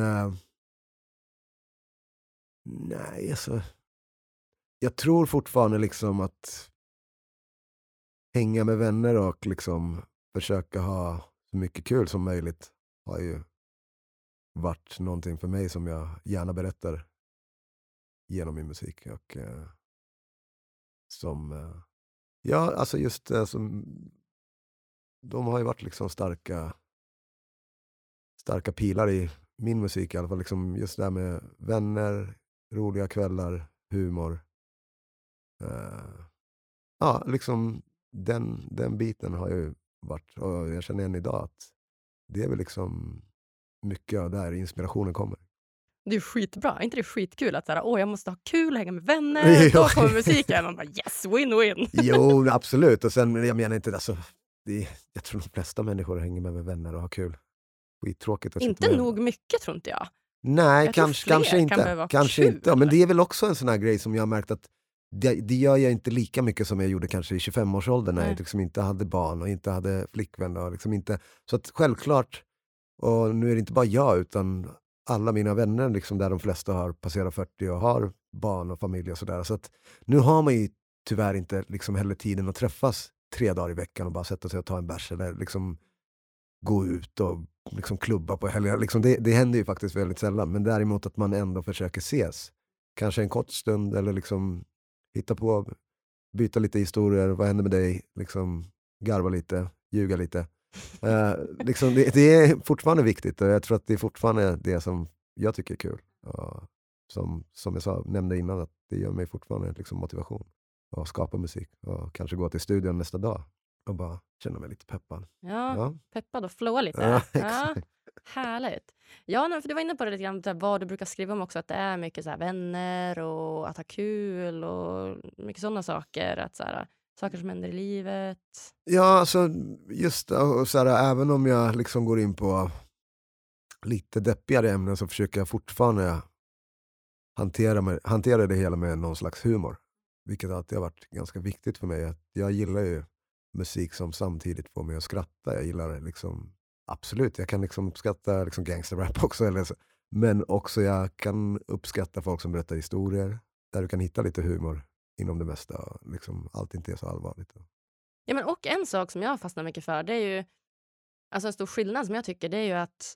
nej, alltså, jag tror fortfarande liksom att hänga med vänner och liksom försöka ha så mycket kul som möjligt har ju varit någonting för mig som jag gärna berättar genom min musik. Och som, ja, alltså just som, de har ju varit liksom starka pilar i min musik i alla fall. Liksom just det här med vänner, roliga kvällar, humor. Ja, liksom den biten har ju varit, och jag känner än idag att det är väl liksom mycket av där inspirationen kommer. Det är skitbra. Är inte det skitkul att så här, jag måste ha kul, hänga med vänner, då kommer musiken. Man bara yes, win-win. Jo, absolut. Och sen, jag menar inte, alltså, jag tror de flesta människor hänger med vänner och har kul. Skittråkigt att sitta Inte med. nog mycket, tror inte jag. Nej, Jag tror kanske fler kan inte. behöva ha Kanske kul. inte. Ja, men det är väl också en sån här grej som jag har märkt att det gör jag inte lika mycket som jag gjorde kanske i 25-årsåldern när Nej. jag liksom inte hade barn och inte hade flickvän. Och liksom inte, så att självklart, och nu är det inte bara jag utan alla mina vänner liksom, där de flesta har passerat 40 och har barn och familj och sådär. Så att nu har man ju tyvärr inte liksom heller tiden att träffas 3 dagar i veckan och bara sätta sig och ta en bärs eller liksom gå ut och liksom klubba på helger. Liksom det händer ju faktiskt väldigt sällan. Men däremot att man ändå försöker ses. Kanske en kort stund eller liksom hitta på, byta lite historier. Vad händer med dig? Liksom garva lite, ljuga lite. Liksom det är fortfarande viktigt och jag tror att det är fortfarande det som jag tycker är kul. Och som jag nämnde innan, att det gör mig fortfarande liksom motivation att skapa musik och kanske gå till studion nästa dag och bara känna mig lite peppad. Ja, peppad och flowa lite. Ja, Ja, exakt. härligt. Ja, för du var inne på det lite grann, så här, vad du brukar skriva om också, att det är mycket så här, vänner och att ha kul och mycket sådana saker. Att, så här, saker som händer i livet. Ja, alltså just och så här, även om jag liksom går in på lite deppigare ämnen så försöker jag fortfarande hantera det hela med någon slags humor. Vilket alltid har varit ganska viktigt för mig. Att jag gillar ju musik som samtidigt får mig att skratta. Jag gillar liksom, absolut, jag kan liksom uppskatta liksom gangsterrap också. Eller så. Men också jag kan uppskatta folk som berättar historier. Där du kan hitta lite humor inom det mesta. Liksom, allt inte är så allvarligt. Ja, men och en sak som jag fastnar mycket för, det är ju, alltså en stor skillnad som jag tycker, det är ju att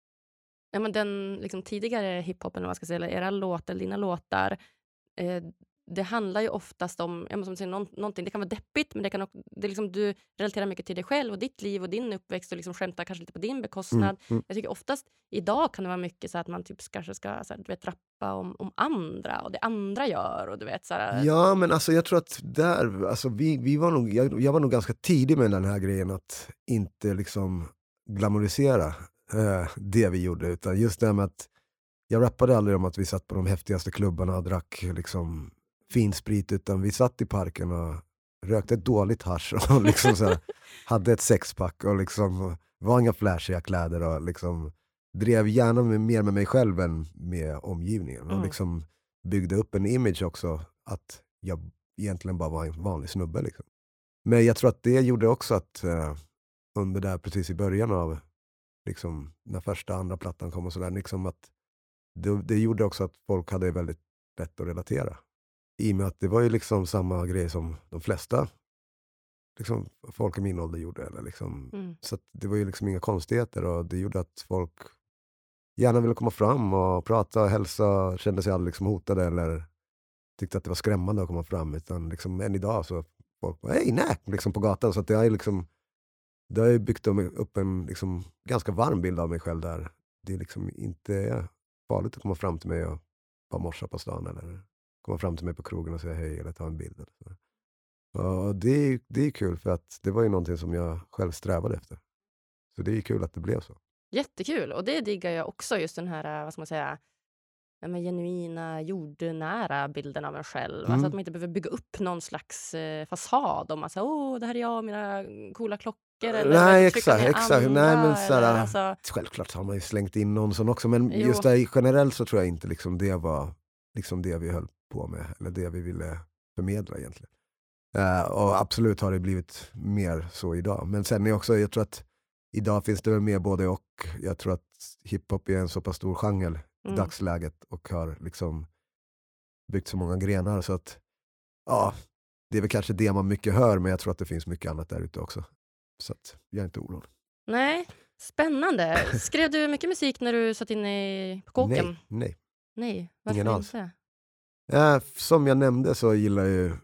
men den liksom, tidigare hiphopen, eller vad ska jag säga, eller era låtar, dina låtar, det handlar ju oftast om, jag måste säga, någonting, det kan vara deppigt, men det kan också, det är liksom, du relaterar mycket till dig själv och ditt liv och din uppväxt och liksom skämtar kanske lite på din bekostnad. Jag tycker oftast idag kan det vara mycket så att man typ kanske ska så här, du vet, rappa om andra och det andra gör och du vet så här. Ja, men alltså jag tror att där, alltså vi var nog, jag var nog ganska tidig med den här grejen att inte liksom glamorisera det vi gjorde, utan just det här med att jag rappade aldrig om att vi satt på de häftigaste klubbarna och drack liksom fin sprit, utan vi satt i parken och rökte ett dåligt hasch och liksom så här, hade ett sexpack och liksom var inga flashiga kläder och liksom drev gärna mer med mig själv än med omgivningen och liksom byggde upp en image också att jag egentligen bara var en vanlig snubbe liksom. Men jag tror att det gjorde också att under där precis i början av liksom när första andra plattan kom och sådär, liksom att det gjorde också att folk hade väldigt lätt att relatera. I och med att det var ju liksom samma grej som de flesta liksom, folk i min ålder gjorde. Eller liksom. Så att det var ju liksom inga konstigheter och det gjorde att folk gärna ville komma fram och prata och hälsa, kände sig aldrig liksom hotade eller tyckte att det var skrämmande att komma fram. Utan liksom, än idag så folk bara, hej, nej, liksom på gatan. Så att det har ju liksom, det har ju byggt upp en liksom ganska varm bild av mig själv där. Det är liksom inte farligt att komma fram till mig och bara morsa på stan eller komma fram till mig på krogen och säga hej eller ta en bild. Eller så. Ja, det är kul för att det var ju någonting som jag själv strävade efter. Så det är kul att det blev så. Jättekul. Och det diggar jag också, just den här, vad ska man säga, genuina, jordnära bilden av en själv. Alltså att man inte behöver bygga upp någon slags fasad om att det här är jag och mina coola klockor. Eller Nej, exakt. Nej, men såhär, alltså... självklart har man ju slängt in någon sån också. Men Jo. just där, generellt så tror jag inte liksom det var liksom det vi höll på med. Eller det vi ville förmedla egentligen. Och absolut har det blivit mer så idag. Men sen är också, jag tror att idag finns det väl mer både och. Jag tror att hiphop är en så pass stor genre i dagsläget och har liksom byggt så många grenar så att ja, det är väl kanske det man mycket hör, men jag tror att det finns mycket annat där ute också. Så att jag är inte orolig. Nej, spännande. Skrev du mycket musik när du satt inne på kåken? Nej. Varför Ingen alls. inte? Som jag nämnde så gillar jag ju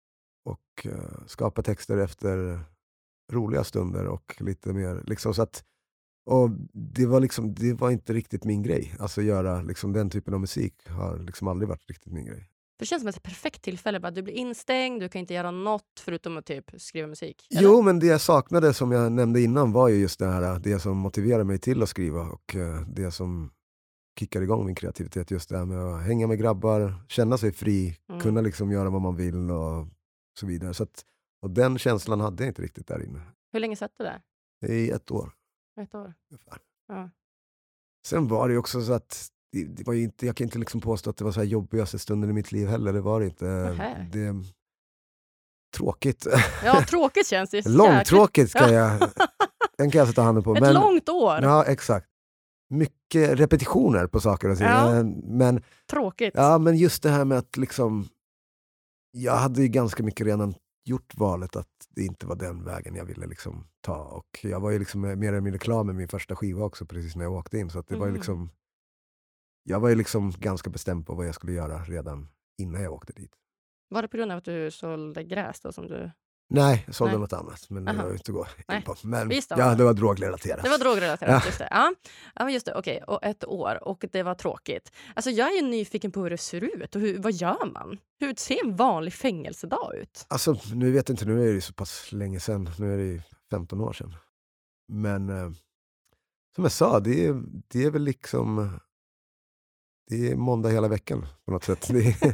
och skapa texter efter roliga stunder och lite mer liksom så att, och det var inte riktigt min grej. Alltså göra liksom den typen av musik har liksom aldrig varit riktigt min grej. Det känns som ett perfekt tillfälle. Bara, du blir instängd, du kan inte göra något förutom att typ skriva musik. Eller? Jo, men det jag saknade som jag nämnde innan var ju just det som motiverar mig till att skriva och det som kickar igång min kreativitet. Just det här med att hänga med grabbar, känna sig fri, kunna liksom göra vad man vill och så vidare. Så att, och den känslan hade jag inte riktigt där inne. Hur länge satt du där? I 1 år. 1 år? Ungefär. Ja. Sen var det ju också så att det var ju inte, jag kan inte liksom påstå att det var så här jobbigaste stunden i mitt liv heller. Det var det inte. Det tråkigt. Ja, tråkigt känns det. Långtråkigt kan jag sätta handen på. Ett långt år. Ja, exakt. Mycket repetitioner på saker och ting. Ja. Men tråkigt. Ja, men just det här med att liksom, jag hade ju ganska mycket redan gjort valet att det inte var den vägen jag ville liksom ta. Och jag var ju liksom mer eller mindre klar med min första skiva också precis när jag åkte in. Så att det var ju liksom, jag var ju liksom ganska bestämd på vad jag skulle göra redan innan jag åkte dit. Var det på grund av att du sålde gräs då som du... Nej, jag sålde något annat. Men det var ju inte gå in på. Men det var drogrelaterat. Det var drogrelaterat, just det. Ja, men just det. Okej, och 1 år. Och det var tråkigt. Alltså jag är ju nyfiken på hur det ser ut. Och vad gör man? Hur ser en vanlig fängelsedag ut? Alltså, nu vet jag inte. Nu är det ju så pass länge sedan. Nu är det ju 15 år sedan. Men som jag sa, det är väl liksom... Det är måndag hela veckan på något sätt.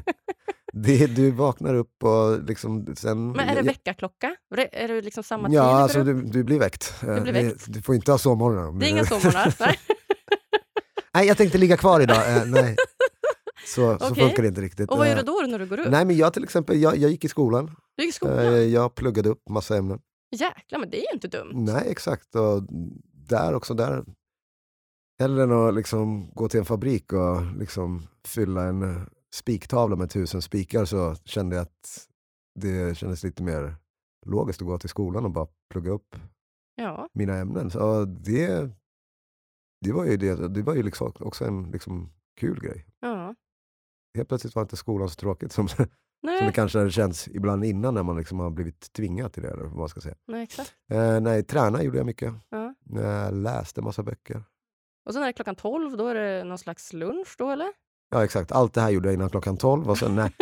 Du vaknar upp och liksom sen... Men är det veckaklocka? Är det liksom samma tid? Ja, alltså du blir väckt. Du blir väckt. Du får inte ha sovmorgon. Det är inga sovmorgnar? Nej. Nej, jag tänkte ligga kvar idag. Nej. Så funkar det inte riktigt. Och vad gör du då när du går upp? Nej, men jag till exempel, jag gick i skolan. Du gick i skolan? Jag pluggade upp massa ämnen. Jäklar, men det är ju inte dumt. Nej, exakt. Och där hellre än att liksom gå till en fabrik och liksom fylla en spiktavla med 1000 spikar, så kände jag att det kändes lite mer logiskt att gå till skolan och bara plugga upp mina ämnen. Så det var ju liksom också en liksom kul grej. Ja. Helt plötsligt var inte skolan så tråkigt som det kanske känns ibland innan när man liksom har blivit tvingad till det, eller vad man ska säga. Nej, exakt. Träna gjorde jag mycket. Ja. Läste massa böcker. Och sen är det klockan 12, då är det någon slags lunch då, eller? Ja, exakt. Allt det här gjorde jag innan klockan 12 och sen nej.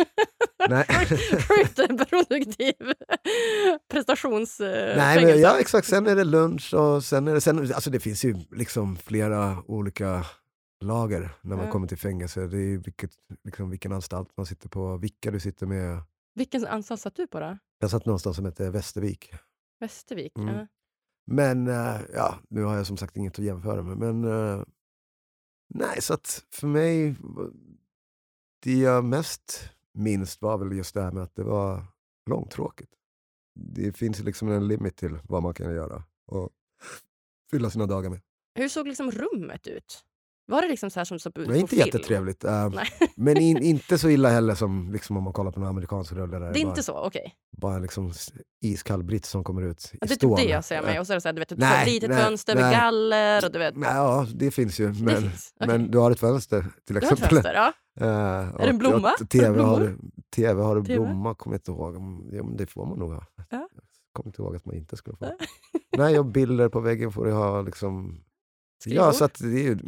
Produktiv prestationsfängelse. Nej, men ja, exakt. Sen är det lunch och sen alltså det finns ju liksom flera olika lager när man kommer till fängelse. Det är ju vilken anstalt man sitter på, vilka du sitter med. Vilken anstalt satt du på då? Jag satt någonstans som heter Västervik. Västervik, ja. Men nu har jag som sagt inget att jämföra med. Men nej, så att för mig, det jag mest minst var väl just det här med att det var långtråkigt. Det finns liksom en limit till vad man kan göra och fylla sina dagar med. Hur såg liksom rummet ut? Var det liksom så här som så på film? Inte jättetrevligt. Men inte så illa heller som liksom om man kollar på en amerikansk rulle. Det är inte så, okej. Bara liksom iskall britt som kommer ut i stål. Det är typ det jag ser mig. Och så är det så här, du vet, ett litet fönster med galler. Och du vet. Ja, det finns ju. Men, Okay. men du har ett fönster till exempel. Du har ett fönster, ja. Är det en blomma? TV har du blomma, kommer inte ihåg. Ja, men det får man nog ha. Ja. Kommer inte ihåg att man inte skulle få. Nej, och bilder på väggen får du ha liksom. Skrivbord? Ja, så att det är ju...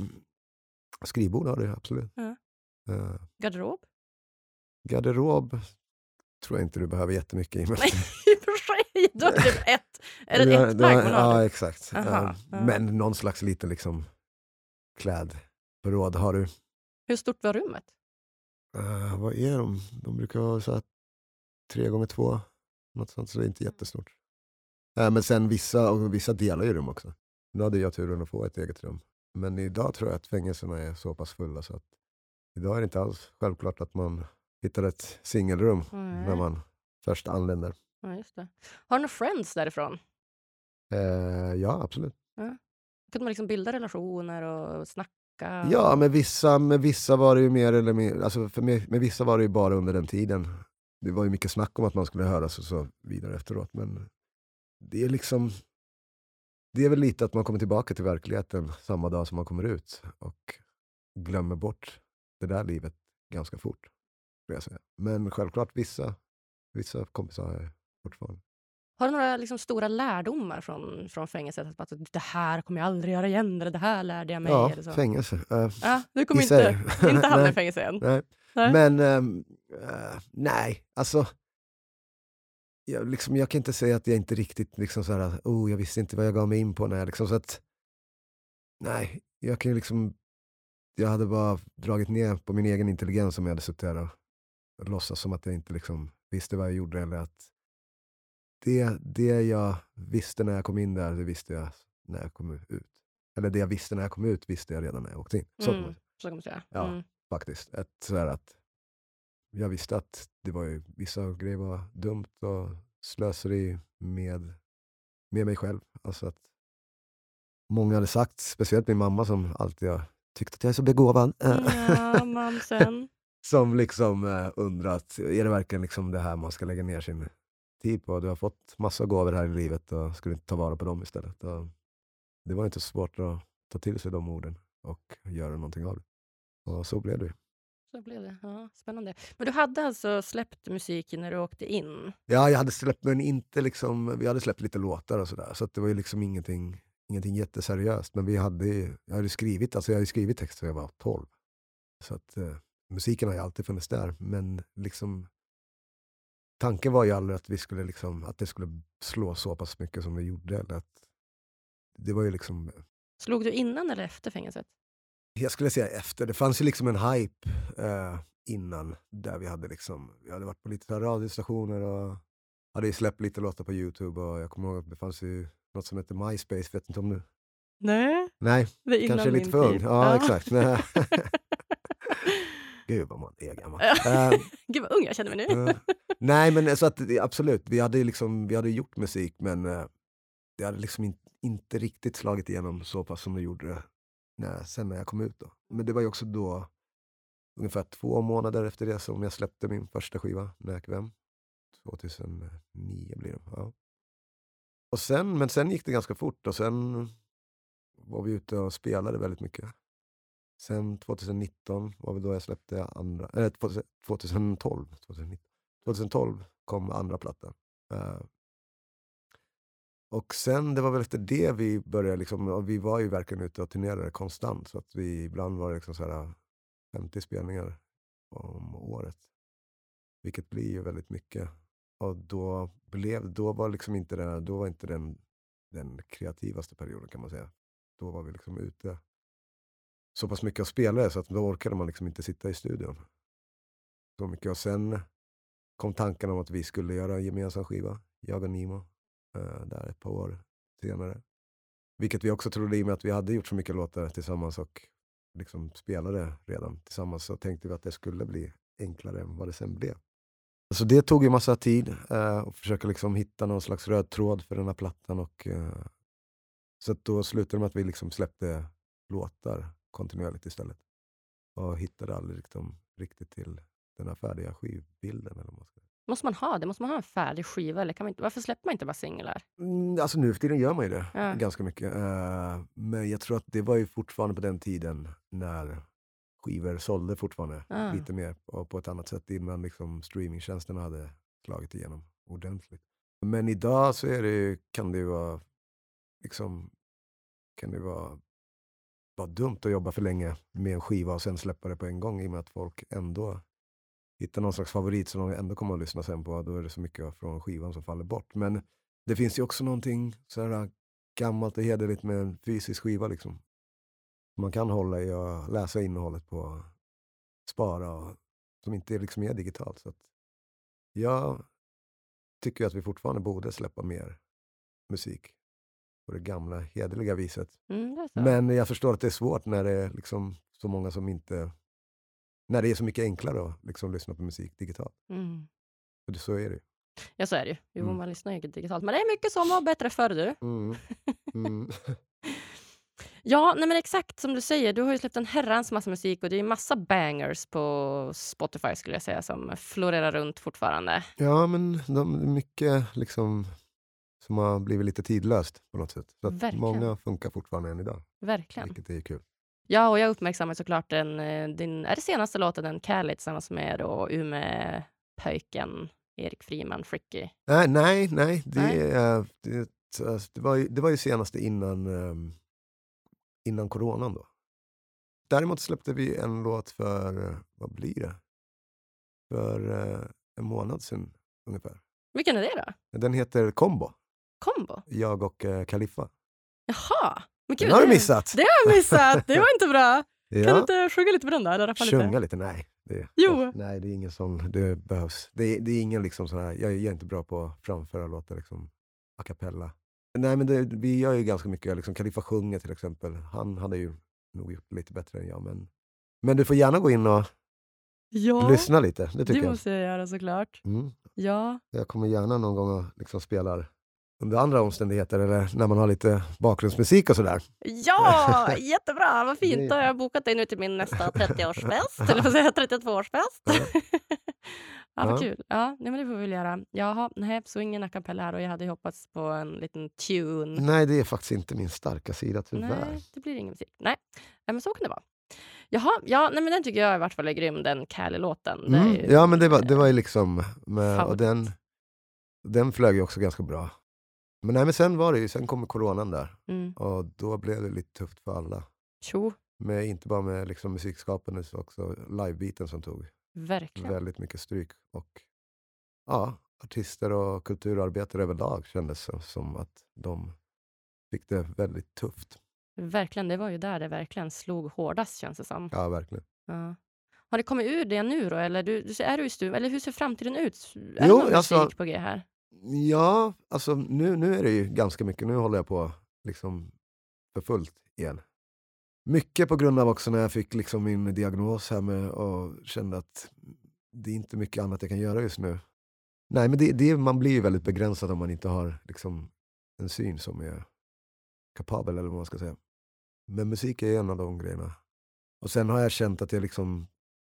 Skrivbord har du absolut. Ja. Garderob? Garderob tror jag inte du behöver jättemycket i mig. Nej, i och för sig. Du har typ ett plagg man har. Ja, exakt. Aha, Men någon slags liten liksom klädförråd har du. Hur stort var rummet? Vad är de? De brukar vara så här 3x2. Något sånt, så det är inte jättestort. Men sen vissa delar ju rum också. Nu hade jag turen att få ett eget rum. Men idag tror jag att fängelserna är så pass fulla så att idag är det inte alls självklart att man hittar ett singelrum när man först anländer. Ja, just det. Har du några friends därifrån? Ja, absolut. Ja. Kunde man liksom bilda relationer och snacka? Ja, med vissa var det ju mer eller mer, alltså med vissa var det ju bara under den tiden. Det var ju mycket snack om att man skulle höras och så vidare efteråt, men det är liksom, det är väl lite att man kommer tillbaka till verkligheten samma dag som man kommer ut och glömmer bort det där livet ganska fort, skulle jag säga. Men självklart vissa kompisar har jag fortfarande. Har du några liksom stora lärdomar från fängelset? Att det här kommer jag aldrig göra igen, eller det här lärde jag mig. Ja, eller så. fängelse. Du kommer inte hamna i fängelse igen. Nej. Nej. Men nej, alltså jag kan inte säga att jag inte riktigt liksom så här, jag visste inte vad jag gav mig in på när liksom, så att nej, jag kan ju liksom, jag hade bara dragit ner på min egen intelligens om jag hade suttit där och låtsas som att jag inte liksom visste vad jag gjorde, eller att det jag visste när jag kom in där, det visste jag när jag kom ut. Eller det jag visste när jag kom ut visste jag redan när jag åkte in. Så kan man säga. Ja, faktiskt. Så här att jag visste att det var ju, vissa grejer var dumt och slöseri med mig själv. Alltså att många hade sagt, speciellt min mamma som alltid har tyckt att jag är så begåvad. Ja, mamsen. Som liksom undrat, är det verkligen liksom det här man ska lägga ner sin tid på? Du har fått massa gåvor här i livet och skulle inte ta vara på dem istället. Och det var inte så svårt att ta till sig de orden och göra någonting av det. Och så blev det. Så blev det. Ja, spännande. Men du hade alltså släppt musik när du åkte in? Ja, jag hade släppt, men inte liksom, vi hade släppt lite låtar och sådär. Så att det var ju liksom ingenting jätteseriöst. Men jag hade skrivit text så jag var 12. Så att musiken har ju alltid funnits där. Men liksom tanken var ju aldrig att vi skulle liksom, att det skulle slå så pass mycket som det gjorde. Eller att, det var ju liksom... Slog du innan eller efter fängelset? Jag skulle säga efter. Det fanns ju liksom en hype innan, där vi hade varit på lite så här radiostationer och hade ju släppt lite låtar på YouTube, och jag kommer ihåg att det fanns ju något som heter MySpace, vet inte om du... Nej, kanske lite för ung. Ja, exakt. Gud vad man är gammal. Gud vad ung jag känner mig nu. Nej, men så att absolut, vi hade gjort musik, men det hade liksom inte riktigt slagit igenom så pass som det gjorde sen när jag kom ut då. Men det var ju också då, ungefär 2 månader efter det, som jag släppte min första skiva, Näkvem. 2009 blir det. Ja. Och sen gick det ganska fort, och sen var vi ute och spelade väldigt mycket. Sen 2019 var vi då jag släppte 2012 kom andra plattan. Och sen, det var väl efter det vi började liksom, och vi var ju verkligen ute och turnerade konstant, så att vi ibland var det liksom så här 50 spelningar om året. Vilket blir ju väldigt mycket. Och då var liksom inte den kreativaste perioden, kan man säga. Då var vi liksom ute så pass mycket och spelade, så att då orkade man liksom inte sitta i studion så mycket. Och sen kom tanken om att vi skulle göra en gemensam skiva, jag och Nimo, där ett par år senare. Vilket vi också trodde, i och med att vi hade gjort så mycket låtar tillsammans och liksom spelade redan tillsammans, så tänkte vi att det skulle bli enklare än vad det sen blev. Så det tog ju massa tid att försöka liksom hitta någon slags röd tråd för den här plattan, och så att då slutade det med att vi liksom släppte låtar kontinuerligt istället. Och hittade aldrig riktigt till den här färdiga skivbilden. Eller vad man ska. Måste man ha det? Måste man ha en färdig skiva? Eller kan man inte, varför släpper man inte bara singlar? Alltså nu för tiden gör man ju det ganska mycket. Men jag tror att det var ju fortfarande på den tiden när skivor sålde fortfarande lite mer och på ett annat sätt, innan liksom streamingtjänsterna hade slagit igenom ordentligt. Men idag så kan det vara dumt att jobba för länge med en skiva och sen släppa det på en gång, i och med att folk ändå hitta någon slags favorit som de ändå kommer att lyssna sen på, då är det så mycket från skivan som faller bort. Men det finns ju också någonting så här gammalt och hederligt med en fysisk skiva liksom. Man kan hålla i och läsa innehållet på spara och, som inte liksom är digitalt. Så att jag tycker att vi fortfarande borde släppa mer musik på det gamla hederliga viset. Det är så. Men jag förstår att det är svårt när det är liksom så många som inte, när det är så mycket enklare att liksom lyssna på musik digitalt. För så är det ju. Ja, så är det ju. Jo, man lyssnar ju inte digitalt. Men det är mycket som var bättre förr, du. Ja, nej men exakt som du säger. Du har ju släppt en herrans massa musik och det är massa bangers på Spotify skulle jag säga som florerar runt fortfarande. Ja, men de är mycket liksom som har blivit lite tidlöst på något sätt. Så att Verkligen. många funkar fortfarande än idag. Verkligen. Vilket är kul. Ja, och jag uppmärksammar såklart din, är det senaste låten, den Khaled tillsammans med då Umeå-pöjken Erik Friman, Fricky. Nej. Det var ju senaste innan coronan då. Däremot släppte vi en låt för, vad blir det? För en månad sedan ungefär. Vilken är det då? Den heter Combo. Combo? Jag och Khalifa. Jaha. Men gud, Den har du missat. Det har jag missat. Det var inte bra. Ja. Kan du inte sjunga lite på den där? Eller sjunga lite? Nej. Jo. Nej, det är ingen sån. Det behövs. Det är ingen liksom sån här. Jag är inte bra på att framföra låtar liksom a cappella. Nej, men vi gör ju ganska mycket. Liksom Khalifa sjunger till exempel. Han hade ju nog gjort lite bättre än jag. Men du får gärna gå in och lyssna lite. Det tycker jag. Det måste jag göra såklart. Ja. Jag kommer gärna någon gång och liksom spelar under andra omständigheter eller när man har lite bakgrundsmusik och sådär. Ja, jättebra. Vad fint. Då har jag bokat dig nu till min nästa 30-årsfest. Eller vad säger jag, 32-årsfest. Ja, vad kul. Ja, men det får vi väl göra. Jaha, nej, så ingen a cappella här och jag hade hoppats på en liten tune. Nej, det är faktiskt inte min starka sida tyvärr. Nej, det blir ingen musik. Nej, men så kan det vara. Jaha, ja, nej, men den tycker jag i vart fall är grym, den Kali-låten. Ja, men det var ju liksom och den flög ju också ganska bra. Men sen kom coronan där. Och då blev det lite tufft för alla. Inte bara med liksom musikskapandet utan också livebiten som tog väldigt mycket stryk. Och ja, artister och kulturarbetare överlag kändes som att de fick det väldigt tufft. Verkligen, det var ju där det verkligen slog hårdast känns det som. Ja, verkligen. Ja. Har det kommit ur det nu då? Eller är du i studion? Eller hur ser framtiden ut? Är Jo, det någon musik på G här? Ja, alltså nu är det ju ganska mycket. Nu håller jag på liksom för fullt igen. Mycket på grund av också när jag fick liksom min diagnos här med och kände att det är inte mycket annat jag kan göra just nu. Nej, men man blir ju väldigt begränsad om man inte har liksom en syn som är kapabel eller vad man ska säga. Men musik är en av de grejerna. Och sen har jag känt att jag liksom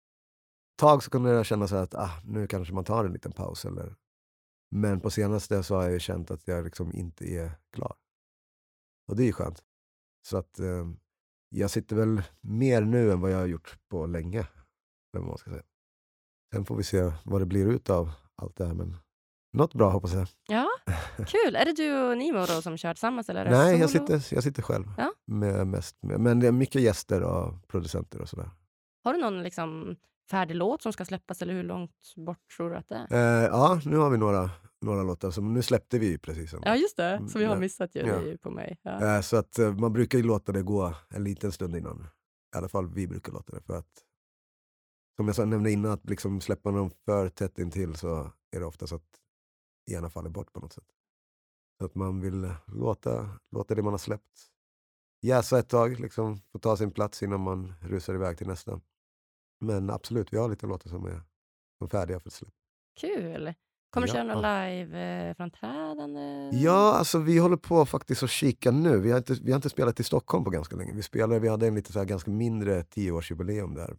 tag så kunde jag känna så här att nu kanske man tar en liten paus eller. Men på senaste så har jag känt att jag liksom inte är klar. Och det är ju skönt. Så att jag sitter väl mer nu än vad jag har gjort på länge. Eller vad man ska säga. Sen får vi se vad det blir ut av allt det här. Men något bra hoppas jag. Ja, kul. Är det du och Nimo då som kör tillsammans? Eller Nej, jag sitter själv. Ja? Men det är mycket gäster och producenter och sådär. Har du någon liksom färdig låt som ska släppas eller hur långt bort tror du att det är? Ja, nu har vi några låtar som nu släppte vi precis. Ja, just det. Som vi har missat ju. Det är ju på mig. Ja. Så att man brukar ju låta det gå en liten stund innan. I alla fall vi brukar låta det för att som jag nämnde innan att liksom släppa dem för tätt intill så är det ofta så att gärna faller bort på något sätt. Så att man vill låta det man har släppt jäsa ett tag, liksom få ta sin plats innan man rusar iväg till nästa. Men absolut, vi har lite låtar som är färdiga för släpp. Kul! Kommer du köra någon live-framträdande? Ja, alltså vi håller på faktiskt att kika nu. Vi har inte spelat i Stockholm på ganska länge. Vi hade en lite så här ganska mindre 10-årsjubileum där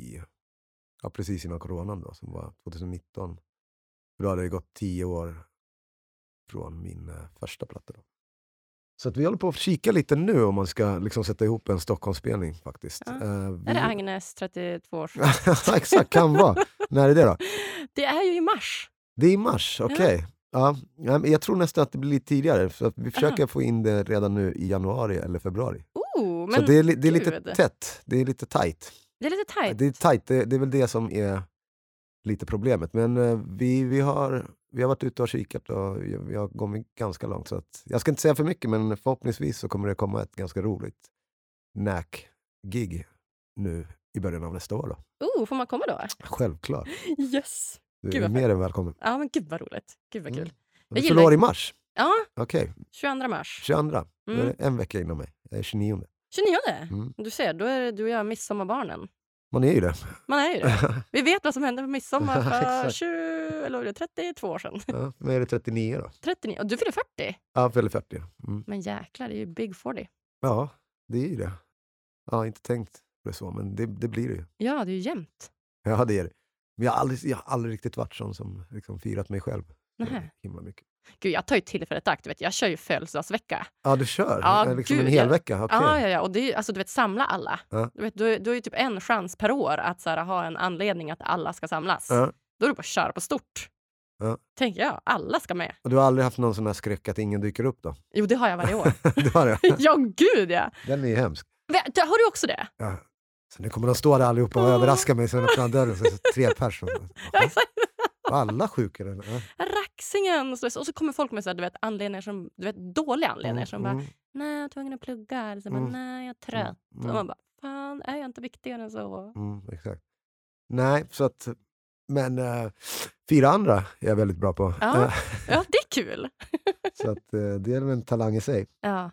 precis innan coronan då, som var 2019. Då hade det gått 10 år från min första platta då. Så att vi håller på att kika lite nu om man ska liksom sätta ihop en Stockholmsspelning faktiskt. Ja. Är det Agnes 32 år? Exakt, kan vara. När är det då? Det är ju i mars. Det är i mars, okej. Ja, jag tror nästan att det blir lite tidigare. Så att vi försöker få in det redan nu i januari eller februari. Men så det är lite tätt. Det är lite tajt. Det är lite tajt. Det är tajt. Det är väl det som är lite problemet. Men vi har varit ute och kikat och vi har kommit ganska långt. Så att, jag ska inte säga för mycket, men förhoppningsvis så kommer det komma ett ganska roligt NAC-gig nu i början av nästa år då. Får man komma då? Självklart. Yes. Du är mer än välkommen. Ja, men gud vad roligt. Gud vad kul. Du fyller år i mars? Ja, Okej. 22 mars. 22. Då är det en vecka innan mig. Jag är 29. 29? Du ser, då är du och jag midsommarbarnen. Man är ju det. Man är ju det. Vi vet vad som hände på midsommar för 32 år sedan. Ja, men är det 39 då? 39. Och du fyller 40? Ja, jag fyller 40. Men jäklar, det är ju big 40. Ja, det är ju det. Jag har inte tänkt på det så, men det blir det ju. Ja, det är ju jämnt. Ja, det är det. Men jag har aldrig riktigt varit sån som liksom firat mig själv. Himla mycket. Gud, jag tar ju tillfället i akt. Du vet, jag kör ju födelsedagsvecka. Ja, du kör? Ja, liksom gud, en hel vecka? Okay. Ja. Och det är, alltså, du vet, samla alla. Ja. Du vet, du är ju typ en chans per år att så här, ha en anledning att alla ska samlas. Ja. Då är det bara att köra på stort. Ja. Tänker jag, alla ska med. Och du har aldrig haft någon sån här skräck att ingen dyker upp då? Jo, det har jag varje år. Du har det? Ja, gud ja. Den är hemsk. Har du också det? Ja. Så nu kommer de stå där allihopa och överraska mig sen öppnar dörren så 3 personer. Ja, exakt. Alla sjukare. Ja. Raxingen. Och så kommer folk med så här, du vet, anledningar som, du vet, dåliga anledningar som bara, nej, jag är tvungen att plugga. Så bara, nej, jag är trött. Och man bara, fan, är jag inte viktigare än så? Exakt. Nej, så att, men 4 andra är jag väldigt bra på. Ja, ja, det är kul. Så att det är en talang i sig. Ja.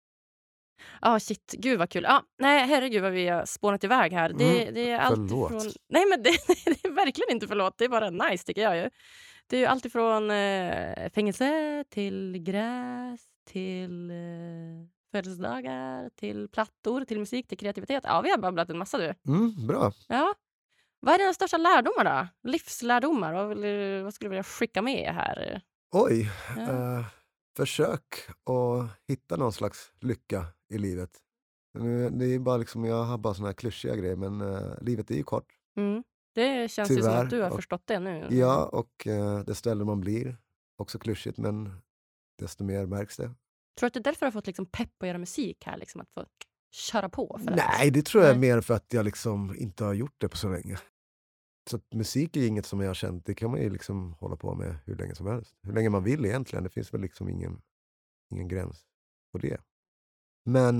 Ja, shit. Gud vad kul. Ja, nej, herregud vad vi har spånat iväg här. Det är allt från... Nej, men det är verkligen inte förlåt. Det är bara nice, tycker jag ju. Det är ju allt ifrån fängelse till gräs till födelsedagar till plattor, till musik, till kreativitet. Ja, vi har babblat en massa, du. Bra. Ja. Vad är dina största lärdomar då? Livslärdomar? Vad skulle du vilja skicka med här? Oj. Ja. Försök att hitta någon slags lycka i livet. Det är bara liksom, jag har bara såna här klyschiga grejer, men livet är ju kort. Det känns tyvärr, ju som att du har förstått det nu. Ja, och desto äldre man blir, också klyschigt, men desto mer märks det. Tror du att det är därför du har fått liksom pepp att göra musik här? Liksom, att få köra på? För Nej, det tror jag är mer för att jag liksom inte har gjort det på så länge. Så att musik är inget som jag har känt. Det kan man ju liksom hålla på med hur länge som helst. Hur länge man vill egentligen. Det finns väl liksom ingen gräns på det. Men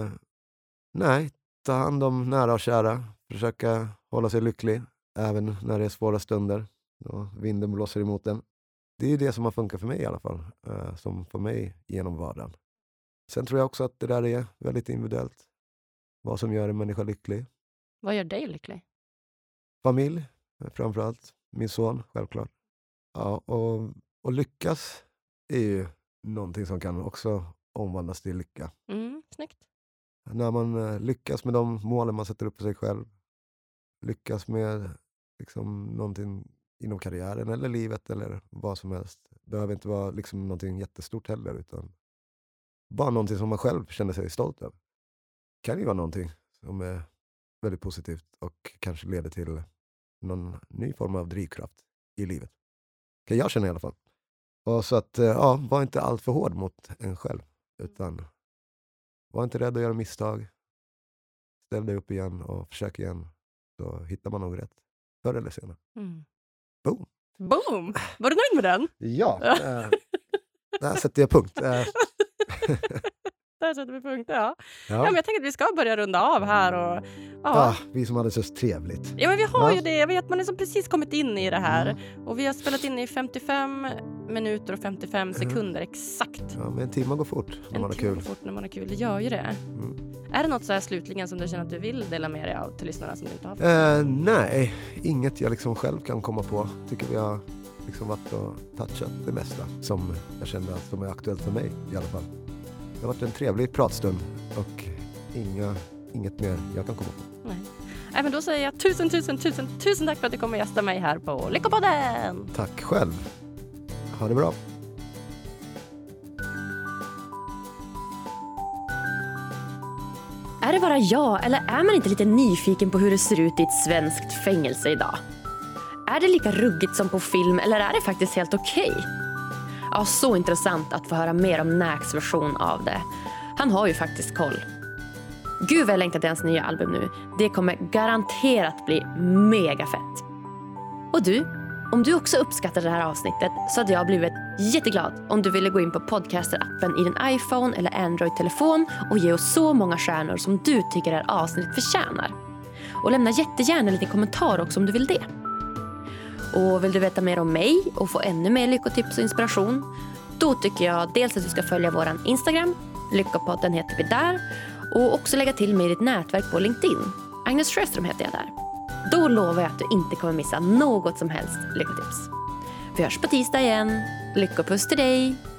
nej, ta hand om nära och kära. Försöka hålla sig lycklig. Även när det är svåra stunder. Och vinden blåser emot den. Det är det som har funkat för mig i alla fall. Som får mig genom vardagen. Sen tror jag också att det där är väldigt individuellt. Vad som gör en människa lycklig. Vad gör dig lycklig? Familj, framförallt. Min son, självklart. Ja, och lyckas är ju någonting som kan också omvandlas till lycka. Snyggt. När man lyckas med de målen man sätter upp för sig själv. Lyckas med liksom någonting inom karriären eller livet eller vad som helst. Det behöver inte vara liksom någonting jättestort heller, utan bara någonting som man själv känner sig stolt över. Kan ju vara någonting som är väldigt positivt och kanske leder till någon ny form av drivkraft i livet. Kan jag känna i alla fall. Och så att, var inte allt för hård mot en själv. Utan var inte rädd att göra misstag. Ställ dig upp igen och försök igen. Så hittar man nog rätt. Förr eller senare. Boom! Boom! Var du nöjd med den? Ja, där sätter jag punkt. Där sätter vi punkt, ja. Men jag tänker att vi ska börja runda av här. Och, vi som hade så trevligt. Ja, men vi har ju det. Jag vet, man är så precis kommit in i det här. Och vi har spelat in i 55 minuter och 55 sekunder exakt. Ja, men en timme går fort när man har kul. Det gör ju det. Är det något så här slutligen som du känner att du vill dela med dig av till lyssnarna som du inte har fått? Nej, inget jag liksom själv kan komma på. Tycker vi har liksom varit och touchat det mesta som jag känner att som är aktuellt för mig i alla fall. Det har varit en trevlig pratstund och inget mer jag kan komma på. Nej, men då säger jag tusen tack för att du kommer gästa mig här på Lyckopodden. Tack själv. Ha det bra. Är det bara jag, eller är man inte lite nyfiken på hur det ser ut i ett svenskt fängelse idag? Är det lika ruggigt som på film, eller är det faktiskt helt okej? Ja, så intressant att få höra mer om NACs version av det. Han har ju faktiskt koll. Gud vad jag längtar till hans nya album nu. Det kommer garanterat bli mega fett. Och du, om du också uppskattar det här avsnittet så hade jag blivit jätteglad om du ville gå in på Podcaster-appen i din iPhone eller Android-telefon och ge oss så många stjärnor som du tycker det här avsnittet förtjänar. Och lämna jättegärna lite kommentar också om du vill det. Och vill du veta mer om mig och få ännu mer lyckotips och inspiration, då tycker jag dels att du ska följa våran Instagram, Lyckopodden heter vi där, och också lägga till mig i ditt nätverk på LinkedIn. Agnes Sjöström heter jag där. Då lovar jag att du inte kommer missa något som helst lyckotips. Vi hörs på tisdag igen. Lyckopuss till dig!